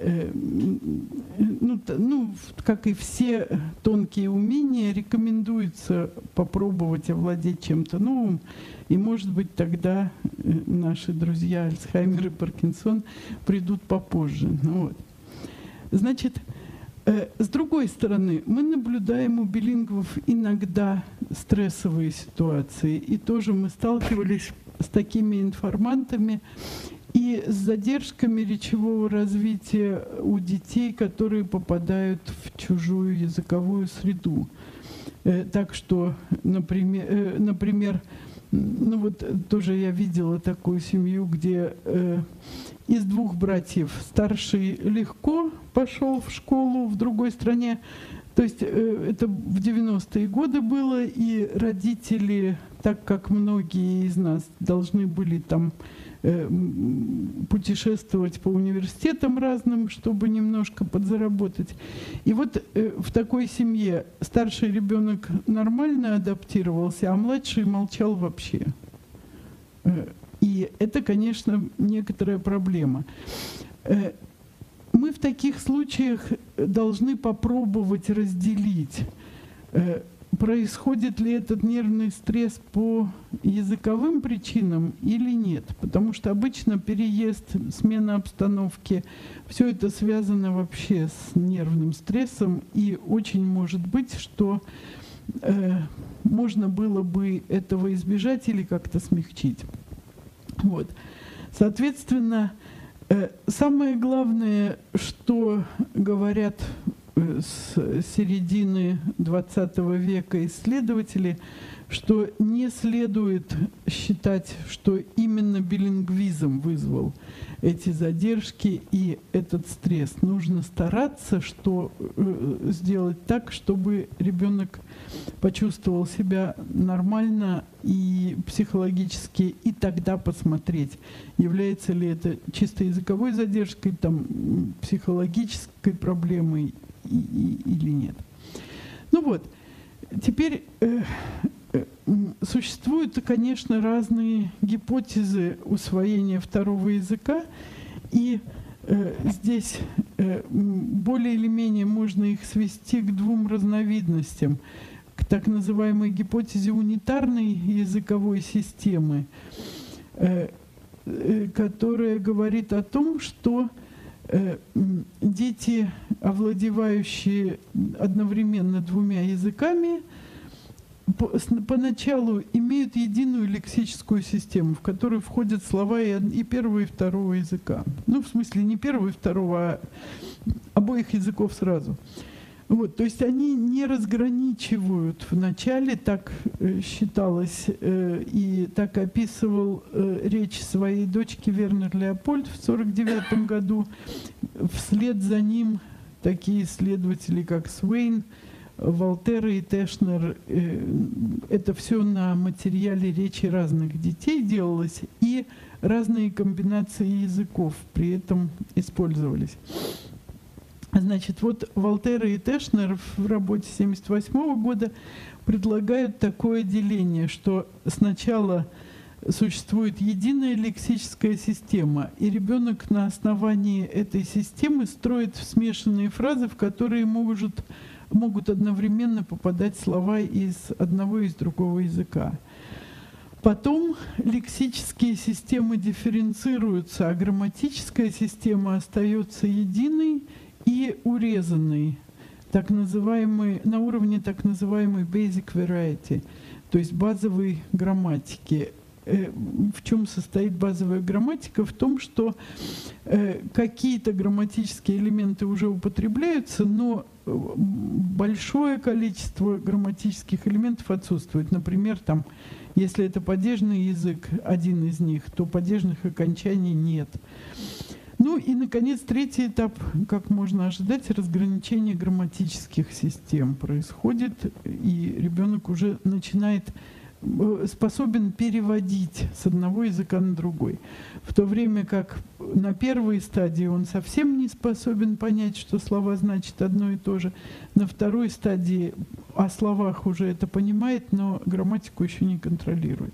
как и все тонкие умения, рекомендуется попробовать овладеть чем-то новым. И, может быть, тогда наши друзья Альцгеймер и Паркинсон придут попозже. Ну, вот. Значит, с другой стороны, мы наблюдаем у билингвов иногда стрессовые ситуации. И тоже мы сталкивались с такими информантами и с задержками речевого развития у детей, которые попадают в чужую языковую среду. Так что, например, ну вот тоже я видела такую семью, где из двух братьев старший легко пошел в школу в другой стране. То есть это в 90-е годы было, и родители, так как многие из нас должны были там путешествовать по университетам разным, чтобы немножко подзаработать. И вот в такой семье старший ребенок нормально адаптировался, а младший молчал вообще. И это, конечно, некоторая проблема. Мы в таких случаях должны попробовать разделить происходит ли этот нервный стресс по языковым причинам или нет. Потому что обычно переезд, смена обстановки, все это связано вообще с нервным стрессом. И очень может быть, что можно было бы этого избежать или как-то смягчить. Вот. Соответственно, самое главное, что говорят с середины XX века исследователи, что не следует считать, что именно билингвизм вызвал эти задержки и этот стресс. Нужно стараться сделать так, чтобы ребенок почувствовал себя нормально и психологически, и тогда посмотреть, является ли это чисто языковой задержкой, там, психологической проблемой или нет. Ну вот, теперь существуют, конечно, разные гипотезы усвоения второго языка, и здесь более или менее можно их свести к двум разновидностям. К так называемой гипотезе унитарной языковой системы, которая говорит о том, что дети, овладевающие одновременно двумя языками, поначалу имеют единую лексическую систему, в которую входят слова и первого, и второго языка. Ну, в смысле, не первого и второго, а обоих языков сразу. Вот, то есть они не разграничивают вначале, так считалось, и так описывал речь своей дочки Вернер Леопольд в 1949 году. Вслед за ним такие исследователи, как Свейн, Волтера и Тешнер, это все на материале речи разных детей делалось, и разные комбинации языков при этом использовались. Значит, вот Волтера и Тешнер в работе 1978 года предлагают такое деление, что сначала существует единая лексическая система, и ребенок на основании этой системы строит смешанные фразы, в которые могут одновременно попадать слова из одного и из другого языка. Потом лексические системы дифференцируются, а грамматическая система остается единой и урезанной, на уровне так называемой basic variety, то есть базовой грамматики. В чем состоит базовая грамматика? В том, что какие-то грамматические элементы уже употребляются, но большое количество грамматических элементов отсутствует. Например, там, если это падежный язык, один из них, то падежных окончаний нет. Ну и, наконец, третий этап, как можно ожидать, разграничение грамматических систем происходит, и ребенок уже способен переводить с одного языка на другой. В то время как на первой стадии он совсем не способен понять, что слова значат одно и то же. На второй стадии о словах уже это понимает, но грамматику еще не контролирует.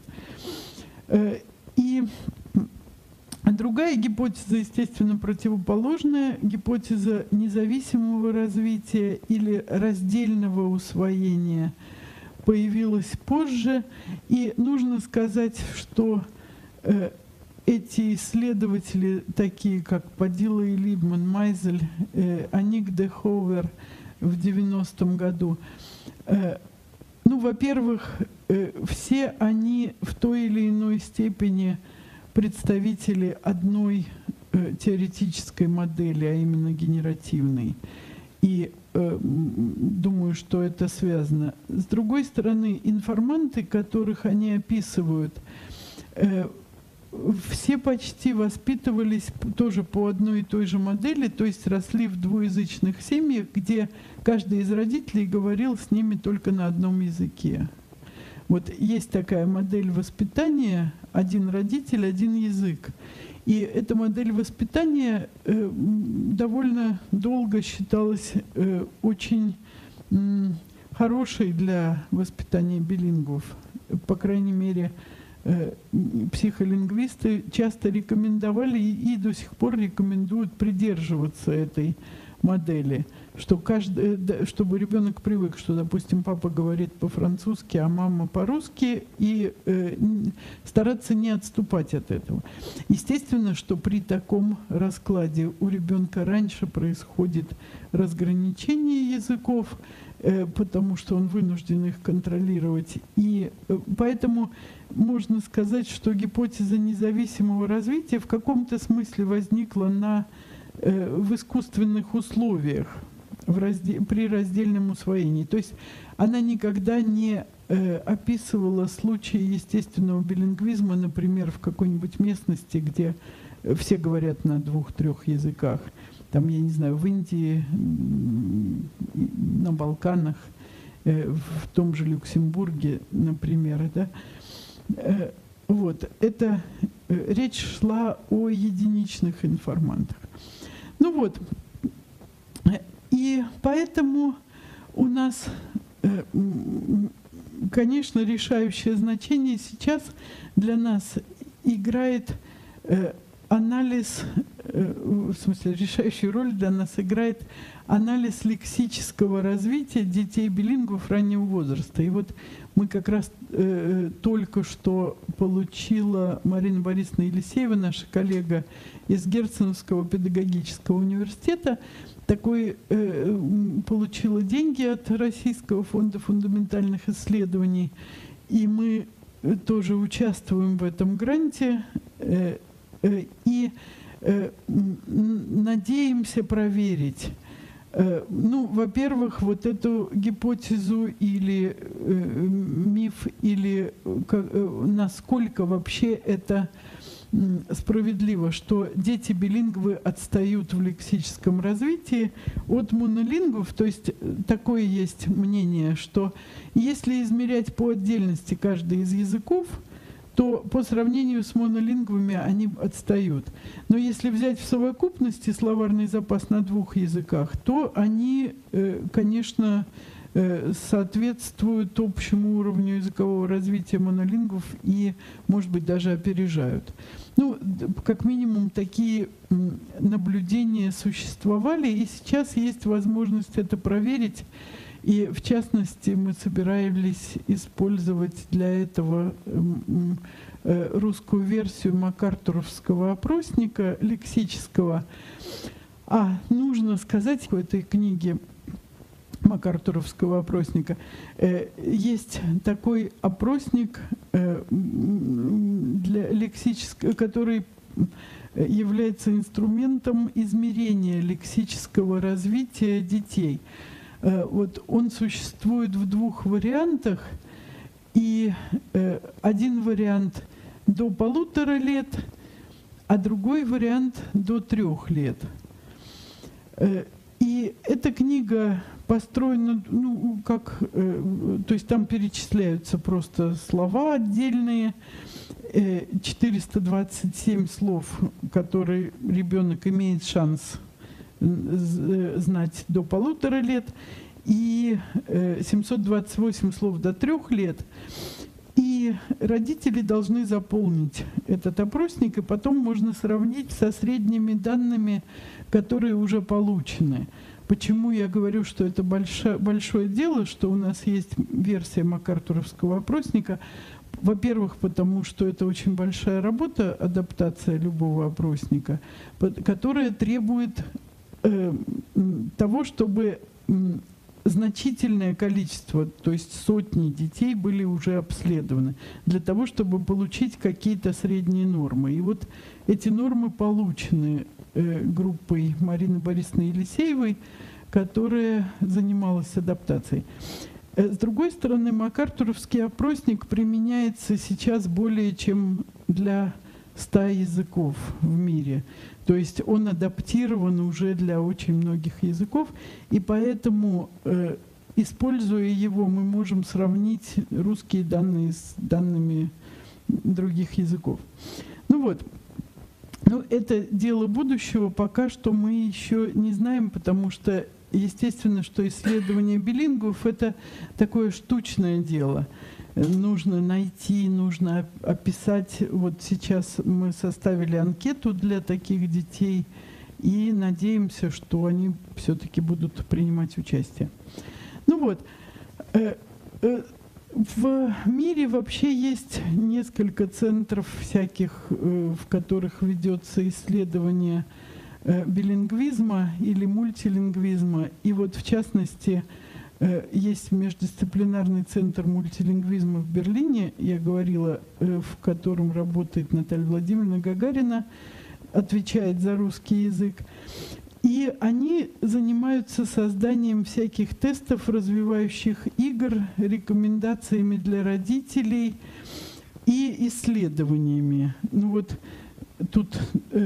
И другая гипотеза, естественно, противоположная, гипотеза независимого развития или раздельного усвоения, появилась позже. И нужно сказать, что эти исследователи, такие как Падила и Либман, Майзель, Аник де Ховер в 90-м году, во-первых, все они в той или иной степени представители одной теоретической модели, а именно генеративной. И думаю, что это связано. С другой стороны, информанты, которых они описывают, все почти воспитывались тоже по одной и той же модели, то есть росли в двуязычных семьях, где каждый из родителей говорил с ними только на одном языке. Вот есть такая модель воспитания: один родитель, один язык. И эта модель воспитания довольно долго считалась очень хорошей для воспитания билингвов. По крайней мере, психолингвисты часто рекомендовали и до сих пор рекомендуют придерживаться этой модели, что чтобы ребенок привык, что, допустим, папа говорит по-французски, а мама по-русски, и стараться не отступать от этого. Естественно, что при таком раскладе у ребенка раньше происходит разграничение языков, потому что он вынужден их контролировать. И поэтому можно сказать, что гипотеза независимого развития в каком-то смысле возникла в искусственных условиях, при раздельном усвоении. То есть она никогда не описывала случаи естественного билингвизма, например, в какой-нибудь местности, где все говорят на 2-3 языках. Там, я не знаю, в Индии, на Балканах, в том же Люксембурге, например, да. Вот, это речь шла о единичных информантах. Ну вот, и поэтому у нас, конечно, решающее значение сейчас для нас играет анализ, в смысле, решающую роль для нас играет анализ лексического развития детей-билингвов раннего возраста. И вот мы как раз только что получила Марина Борисовна Елисеева, наша коллега из Герценовского педагогического университета, получила деньги от Российского фонда фундаментальных исследований, и мы тоже участвуем в этом гранте и надеемся проверить, ну, во-первых, вот эту гипотезу или миф, или насколько вообще это справедливо, что дети-билингвы отстают в лексическом развитии от монолингвов. То есть такое есть мнение, что если измерять по отдельности каждый из языков, то по сравнению с монолингвами они отстают. Но если взять в совокупности словарный запас на 2 языках, то они, конечно, соответствуют общему уровню языкового развития монолингвов и, может быть, даже опережают. Ну, как минимум, такие наблюдения существовали, и сейчас есть возможность это проверить. И, в частности, мы собирались использовать для этого русскую версию макартуровского опросника лексического. А нужно сказать, в этой книге макартуровского опросника есть такой опросник для лексического, который является инструментом измерения лексического развития детей. Вот он существует в 2 вариантах, и один вариант до 1,5 лет, а другой вариант до 3 лет. И эта книга построена, ну, как, то есть там перечисляются просто слова отдельные, 427 слов, которые ребенок имеет шанс знать до 1,5 лет, и 728 слов до 3 лет. И родители должны заполнить этот опросник, и потом можно сравнить со средними данными, которые уже получены. Почему я говорю, что это большое дело, что у нас есть версия макартуровского опросника? Во-первых, потому что это очень большая работа, адаптация любого опросника, которая требует того, чтобы значительное количество, то есть сотни детей были уже обследованы, для того, чтобы получить какие-то средние нормы. И вот эти нормы получены группой Марины Борисовны Елисеевой, которая занималась адаптацией. С другой стороны, макартуровский опросник применяется сейчас более чем для 100 языков в мире. То есть он адаптирован уже для очень многих языков, и поэтому, используя его, мы можем сравнить русские данные с данными других языков. Ну вот, ну, это дело будущего, пока что мы еще не знаем, потому что, естественно, что исследование билингвов – это такое штучное дело. Нужно найти, нужно описать. Вот сейчас мы составили анкету для таких детей и надеемся, что они все-таки будут принимать участие. Ну вот, в мире вообще есть несколько центров всяких, в которых ведется исследование билингвизма или мультилингвизма. И вот в частности есть междисциплинарный центр мультилингвизма в Берлине, я говорила, в котором работает Наталья Владимировна Гагарина, отвечает за русский язык. И они занимаются созданием всяких тестов, развивающих игр, рекомендациями для родителей и исследованиями. Ну вот тут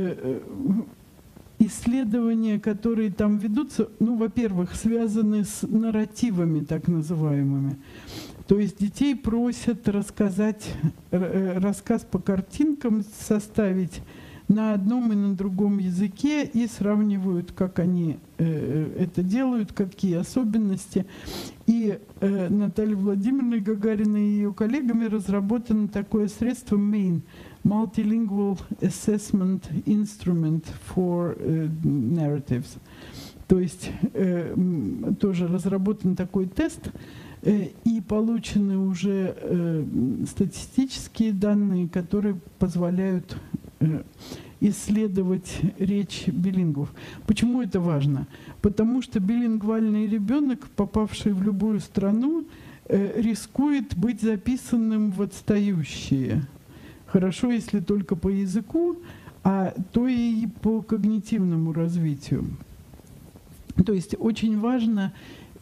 исследования, которые там ведутся, ну, во-первых, связаны с нарративами так называемыми. То есть детей просят рассказать, рассказ по картинкам составить на одном и на другом языке и сравнивают, как они это делают, какие особенности. И Натальей Владимировной Гагариной и ее коллегами разработано такое средство MAIN – Multilingual Assessment Instrument for Narratives. То есть тоже разработан такой тест, и получены уже статистические данные, которые позволяют исследовать речь билингвов. Почему это важно? Потому что билингвальный ребенок, попавший в любую страну, рискует быть записанным в отстающие. Хорошо, если только по языку, а то и по когнитивному развитию. То есть очень важно,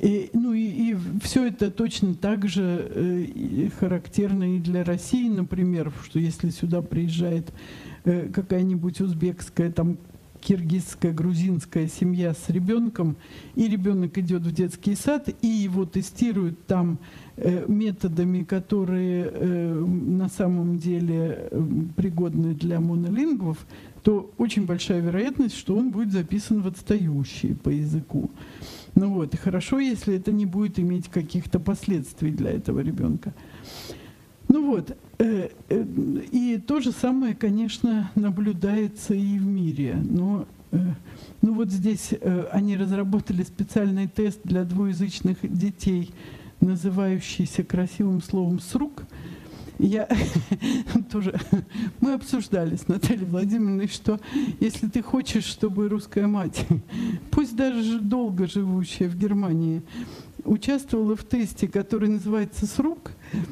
и все это точно так же характерно и для России, например, что если сюда приезжает какая-нибудь узбекская, там, киргизская, грузинская семья с ребенком, и ребенок идет в детский сад, и его тестируют там методами, которые на самом деле пригодны для монолингвов, то очень большая вероятность, что он будет записан в отстающие по языку. Ну вот, и хорошо, если это не будет иметь каких-то последствий для этого ребенка. Ну вот, и то же самое, конечно, наблюдается и в мире. Но ну вот здесь они разработали специальный тест для двуязычных детей, называющийся красивым словом «срук». Я тоже, мы обсуждали с Натальей Владимировной, что если ты хочешь, чтобы русская мать, пусть даже долго живущая в Германии, участвовала в тесте, который называется «срук»,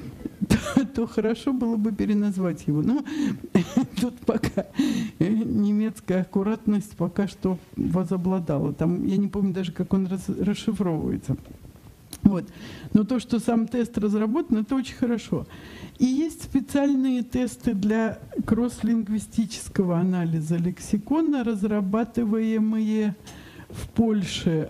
то хорошо было бы переназвать его. Но тут пока немецкая аккуратность пока что возобладала. Там, я не помню даже, как он расшифровывается. Вот. Но то, что сам тест разработан, это очень хорошо. И есть специальные тесты для кросс-лингвистического анализа лексикона, разрабатываемые в Польше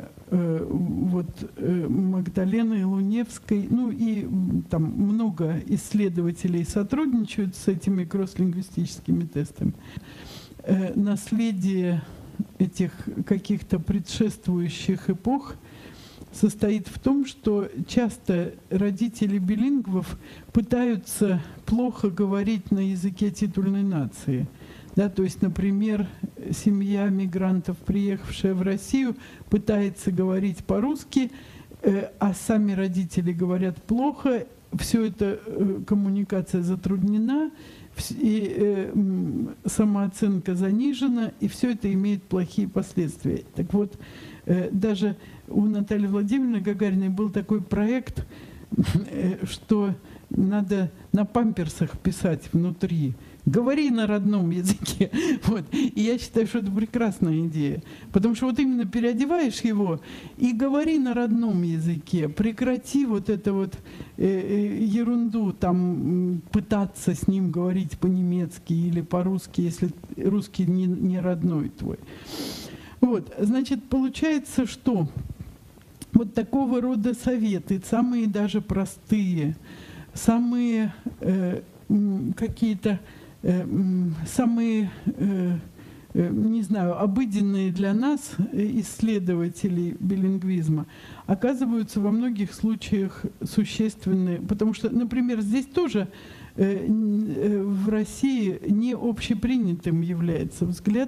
Магдаленой Луневской, ну и там много исследователей сотрудничают с этими кросс-лингвистическими тестами. Наследие этих каких-то предшествующих эпох состоит в том, что часто родители билингвов пытаются плохо говорить на языке титульной нации. Да, то есть, например, семья мигрантов, приехавшая в Россию, пытается говорить по-русски, а сами родители говорят плохо, все это коммуникация затруднена, и самооценка занижена, и все это имеет плохие последствия. Так вот, даже у Натальи Владимировны Гагариной был такой проект, что надо на памперсах писать внутри: говори на родном языке. Вот. И я считаю, что это прекрасная идея. Потому что вот именно переодеваешь его и говори на родном языке. Прекрати вот эту вот ерунду, там, пытаться с ним говорить по-немецки или по-русски, если русский не родной твой. Вот. Значит, получается, что вот такого рода советы, самые даже простые, самые какие-то самые, не знаю, обыденные для нас исследователей билингвизма оказываются во многих случаях существенны. Потому что, например, здесь тоже в России не общепринятым является взгляд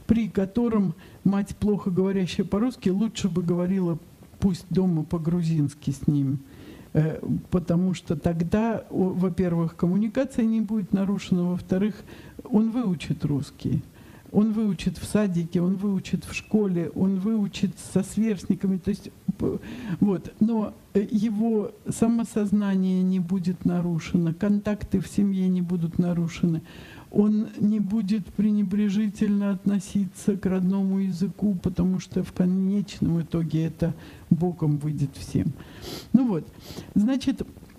при котором мать, плохо говорящая по-русски, лучше бы говорила пусть дома по-грузински с ним. Потому что тогда, во-первых, коммуникация не будет нарушена, во-вторых, он выучит русский. Он выучит в садике, он выучит в школе, он выучит со сверстниками. То есть, вот. Но его самосознание не будет нарушено, контакты в семье не будут нарушены. Он не будет пренебрежительно относиться к родному языку, потому что в конечном итоге это боком выйдет всем. Ну вот, значит,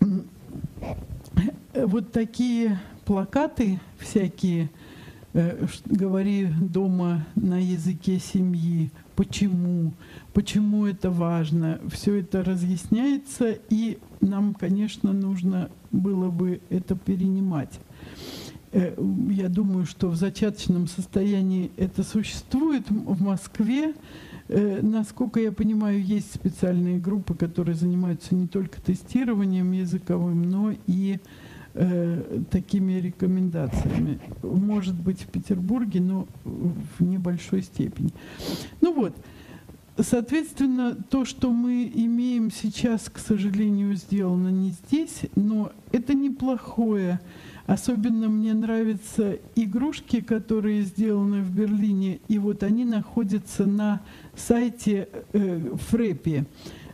вот такие плакаты всякие, говори дома на языке семьи, почему это важно, все это разъясняется, и нам, конечно, нужно было бы это перенимать. Я думаю, что в зачаточном состоянии это существует в Москве. Насколько я понимаю, есть специальные группы, которые занимаются не только тестированием языковым, но и такими рекомендациями. Может быть, в Петербурге, но в небольшой степени. Ну вот, соответственно, то, что мы имеем сейчас, к сожалению, сделано не здесь, но это неплохое. Особенно мне нравятся игрушки, которые сделаны в Берлине, и вот они находятся на сайте Фреппи.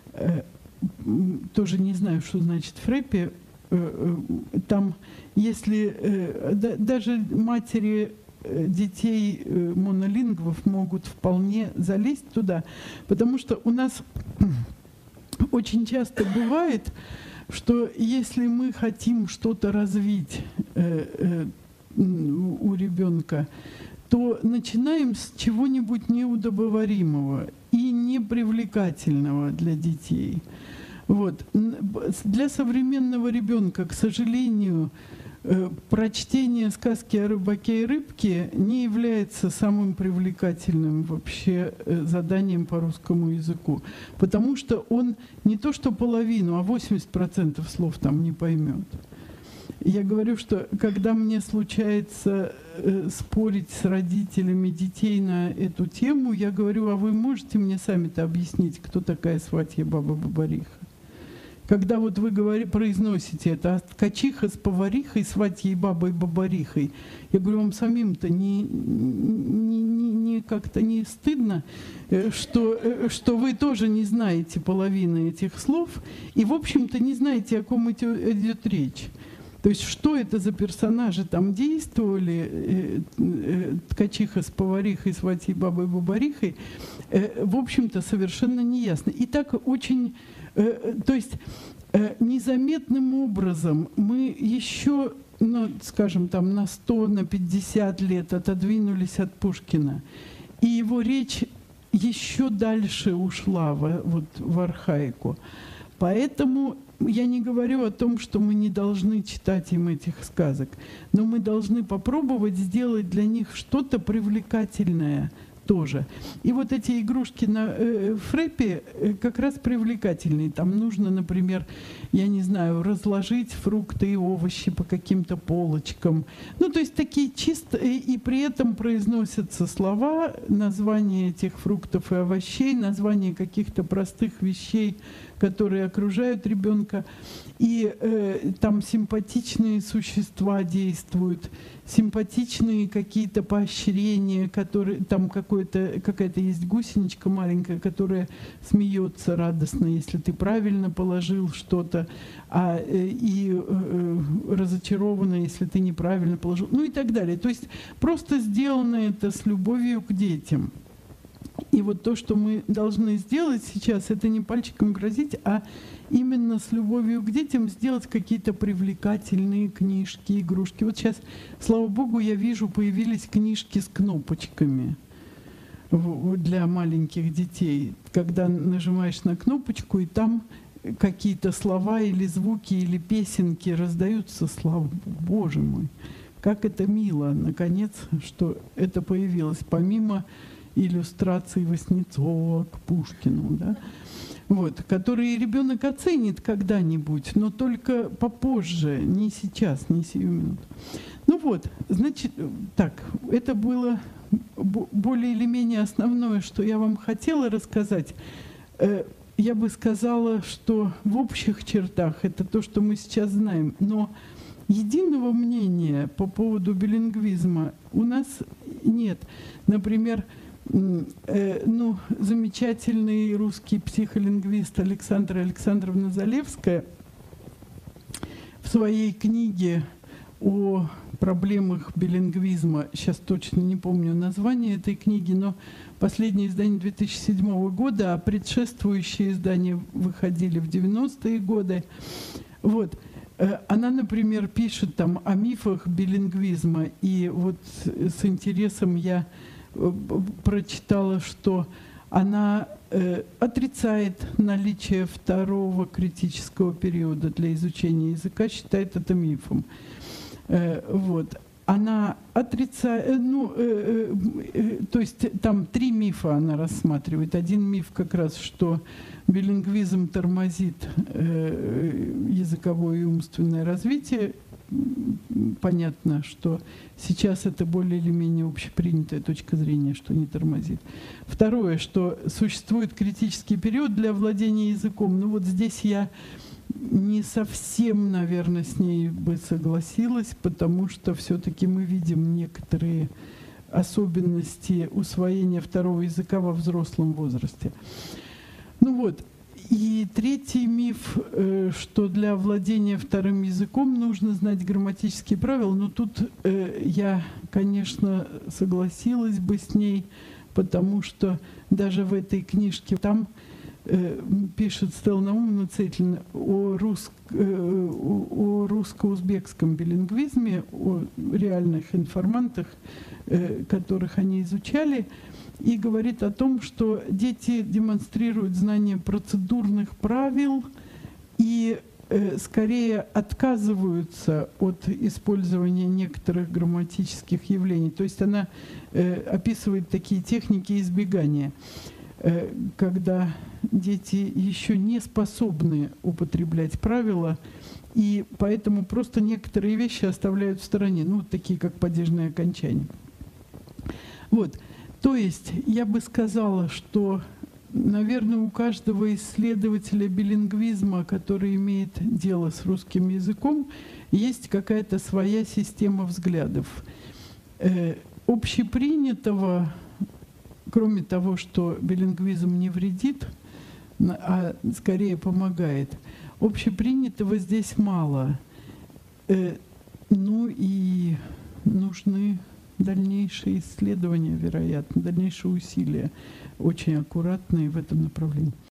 Тоже не знаю, что значит Фреппи. Там, если даже матери детей монолингвов могут вполне залезть туда, потому что у нас очень часто бывает, что если мы хотим что-то развить у ребенка, то начинаем с чего-нибудь неудобоваримого и непривлекательного для детей. Вот. Для современного ребенка, к сожалению, прочтение сказки о рыбаке и рыбке не является самым привлекательным вообще заданием по русскому языку, потому что он не то что половину, а 80% слов там не поймет. Я говорю, что когда мне случается спорить с родителями детей на эту тему, я говорю, а вы можете мне сами-то объяснить, кто такая сватья баба-бабариха? Когда вот вы произносите это, а ткачиха с поварихой, сватьей бабой бабарихой, я говорю, вам самим-то не как-то не стыдно, что вы тоже не знаете половины этих слов и, в общем-то, не знаете, о ком идет речь. То есть, что это за персонажи там действовали, ткачиха с поварихой, сватьей бабой бабарихой, в общем-то, совершенно неясно. И так очень... То есть незаметным образом мы еще, ну, скажем, там на 100, на 50 лет отодвинулись от Пушкина, и его речь еще дальше ушла в архаику. Поэтому я не говорю о том, что мы не должны читать им этих сказок, но мы должны попробовать сделать для них что-то привлекательное тоже. И вот эти игрушки на Фреппи как раз привлекательные. Там нужно, например, я не знаю, разложить фрукты и овощи по каким-то полочкам. Ну, то есть такие чистые, и при этом произносятся слова, названия этих фруктов и овощей, названия каких-то простых вещей, которые окружают ребенка. И там симпатичные существа действуют, симпатичные какие-то поощрения, которые там какая-то есть гусеничка маленькая, которая смеется радостно, если ты правильно положил что-то, и разочарована, если ты неправильно положил, ну и так далее. То есть просто сделано это с любовью к детям. И вот то, что мы должны сделать сейчас, это не пальчиком грозить, а именно с любовью к детям сделать какие-то привлекательные книжки, игрушки. Вот сейчас, слава богу, я вижу, появились книжки с кнопочками для маленьких детей. Когда нажимаешь на кнопочку, и там какие-то слова или звуки, или песенки раздаются, слава Боже мой. Как это мило, наконец, что это появилось, помимо иллюстраций Васнецова к Пушкину, да? Вот, которые ребенок оценит когда-нибудь, но только попозже, не сейчас, не сию минуту. Ну вот, значит, так, это было более или менее основное, что я вам хотела рассказать. Я бы сказала, что в общих чертах это то, что мы сейчас знаем. Но единого мнения по поводу билингвизма у нас нет. Например, замечательный русский психолингвист Александра Александровна Залевская в своей книге о проблемах билингвизма, сейчас точно не помню название этой книги, но последнее издание 2007 года, а предшествующие издания выходили в 90-е годы. Вот. Она, например, пишет там о мифах билингвизма, и вот с интересом я прочитала, что она отрицает наличие второго критического периода для изучения языка, считает это мифом. Вот. Она отрицает, то есть там 3 мифа она рассматривает. Один миф как раз, что билингвизм тормозит языковое и умственное развитие. Понятно, что сейчас это более или менее общепринятая точка зрения, что не тормозит. Второе, что существует критический период для владения языком. Ну вот здесь я не совсем, наверное, с ней бы согласилась, потому что все-таки мы видим некоторые особенности усвоения второго языка во взрослом возрасте. Ну вот. И третий миф, что для владения вторым языком нужно знать грамматические правила. Но тут я, конечно, согласилась бы с ней, потому что даже в этой книжке там пишет Стелла Наумовна Цетлин о русско-узбекском билингвизме, о реальных информантах, которых они изучали, и говорит о том, что дети демонстрируют знание процедурных правил и скорее отказываются от использования некоторых грамматических явлений. То есть она описывает такие техники избегания, когда дети еще не способны употреблять правила, и поэтому просто некоторые вещи оставляют в стороне, ну, такие как падежные окончания. Вот. То есть я бы сказала, что, наверное, у каждого исследователя билингвизма, который имеет дело с русским языком, есть какая-то своя система взглядов. Общепринятого, кроме того, что билингвизм не вредит, а скорее помогает, общепринятого здесь мало. Ну и нужны дальнейшие исследования, вероятно, дальнейшие усилия, очень аккуратные в этом направлении.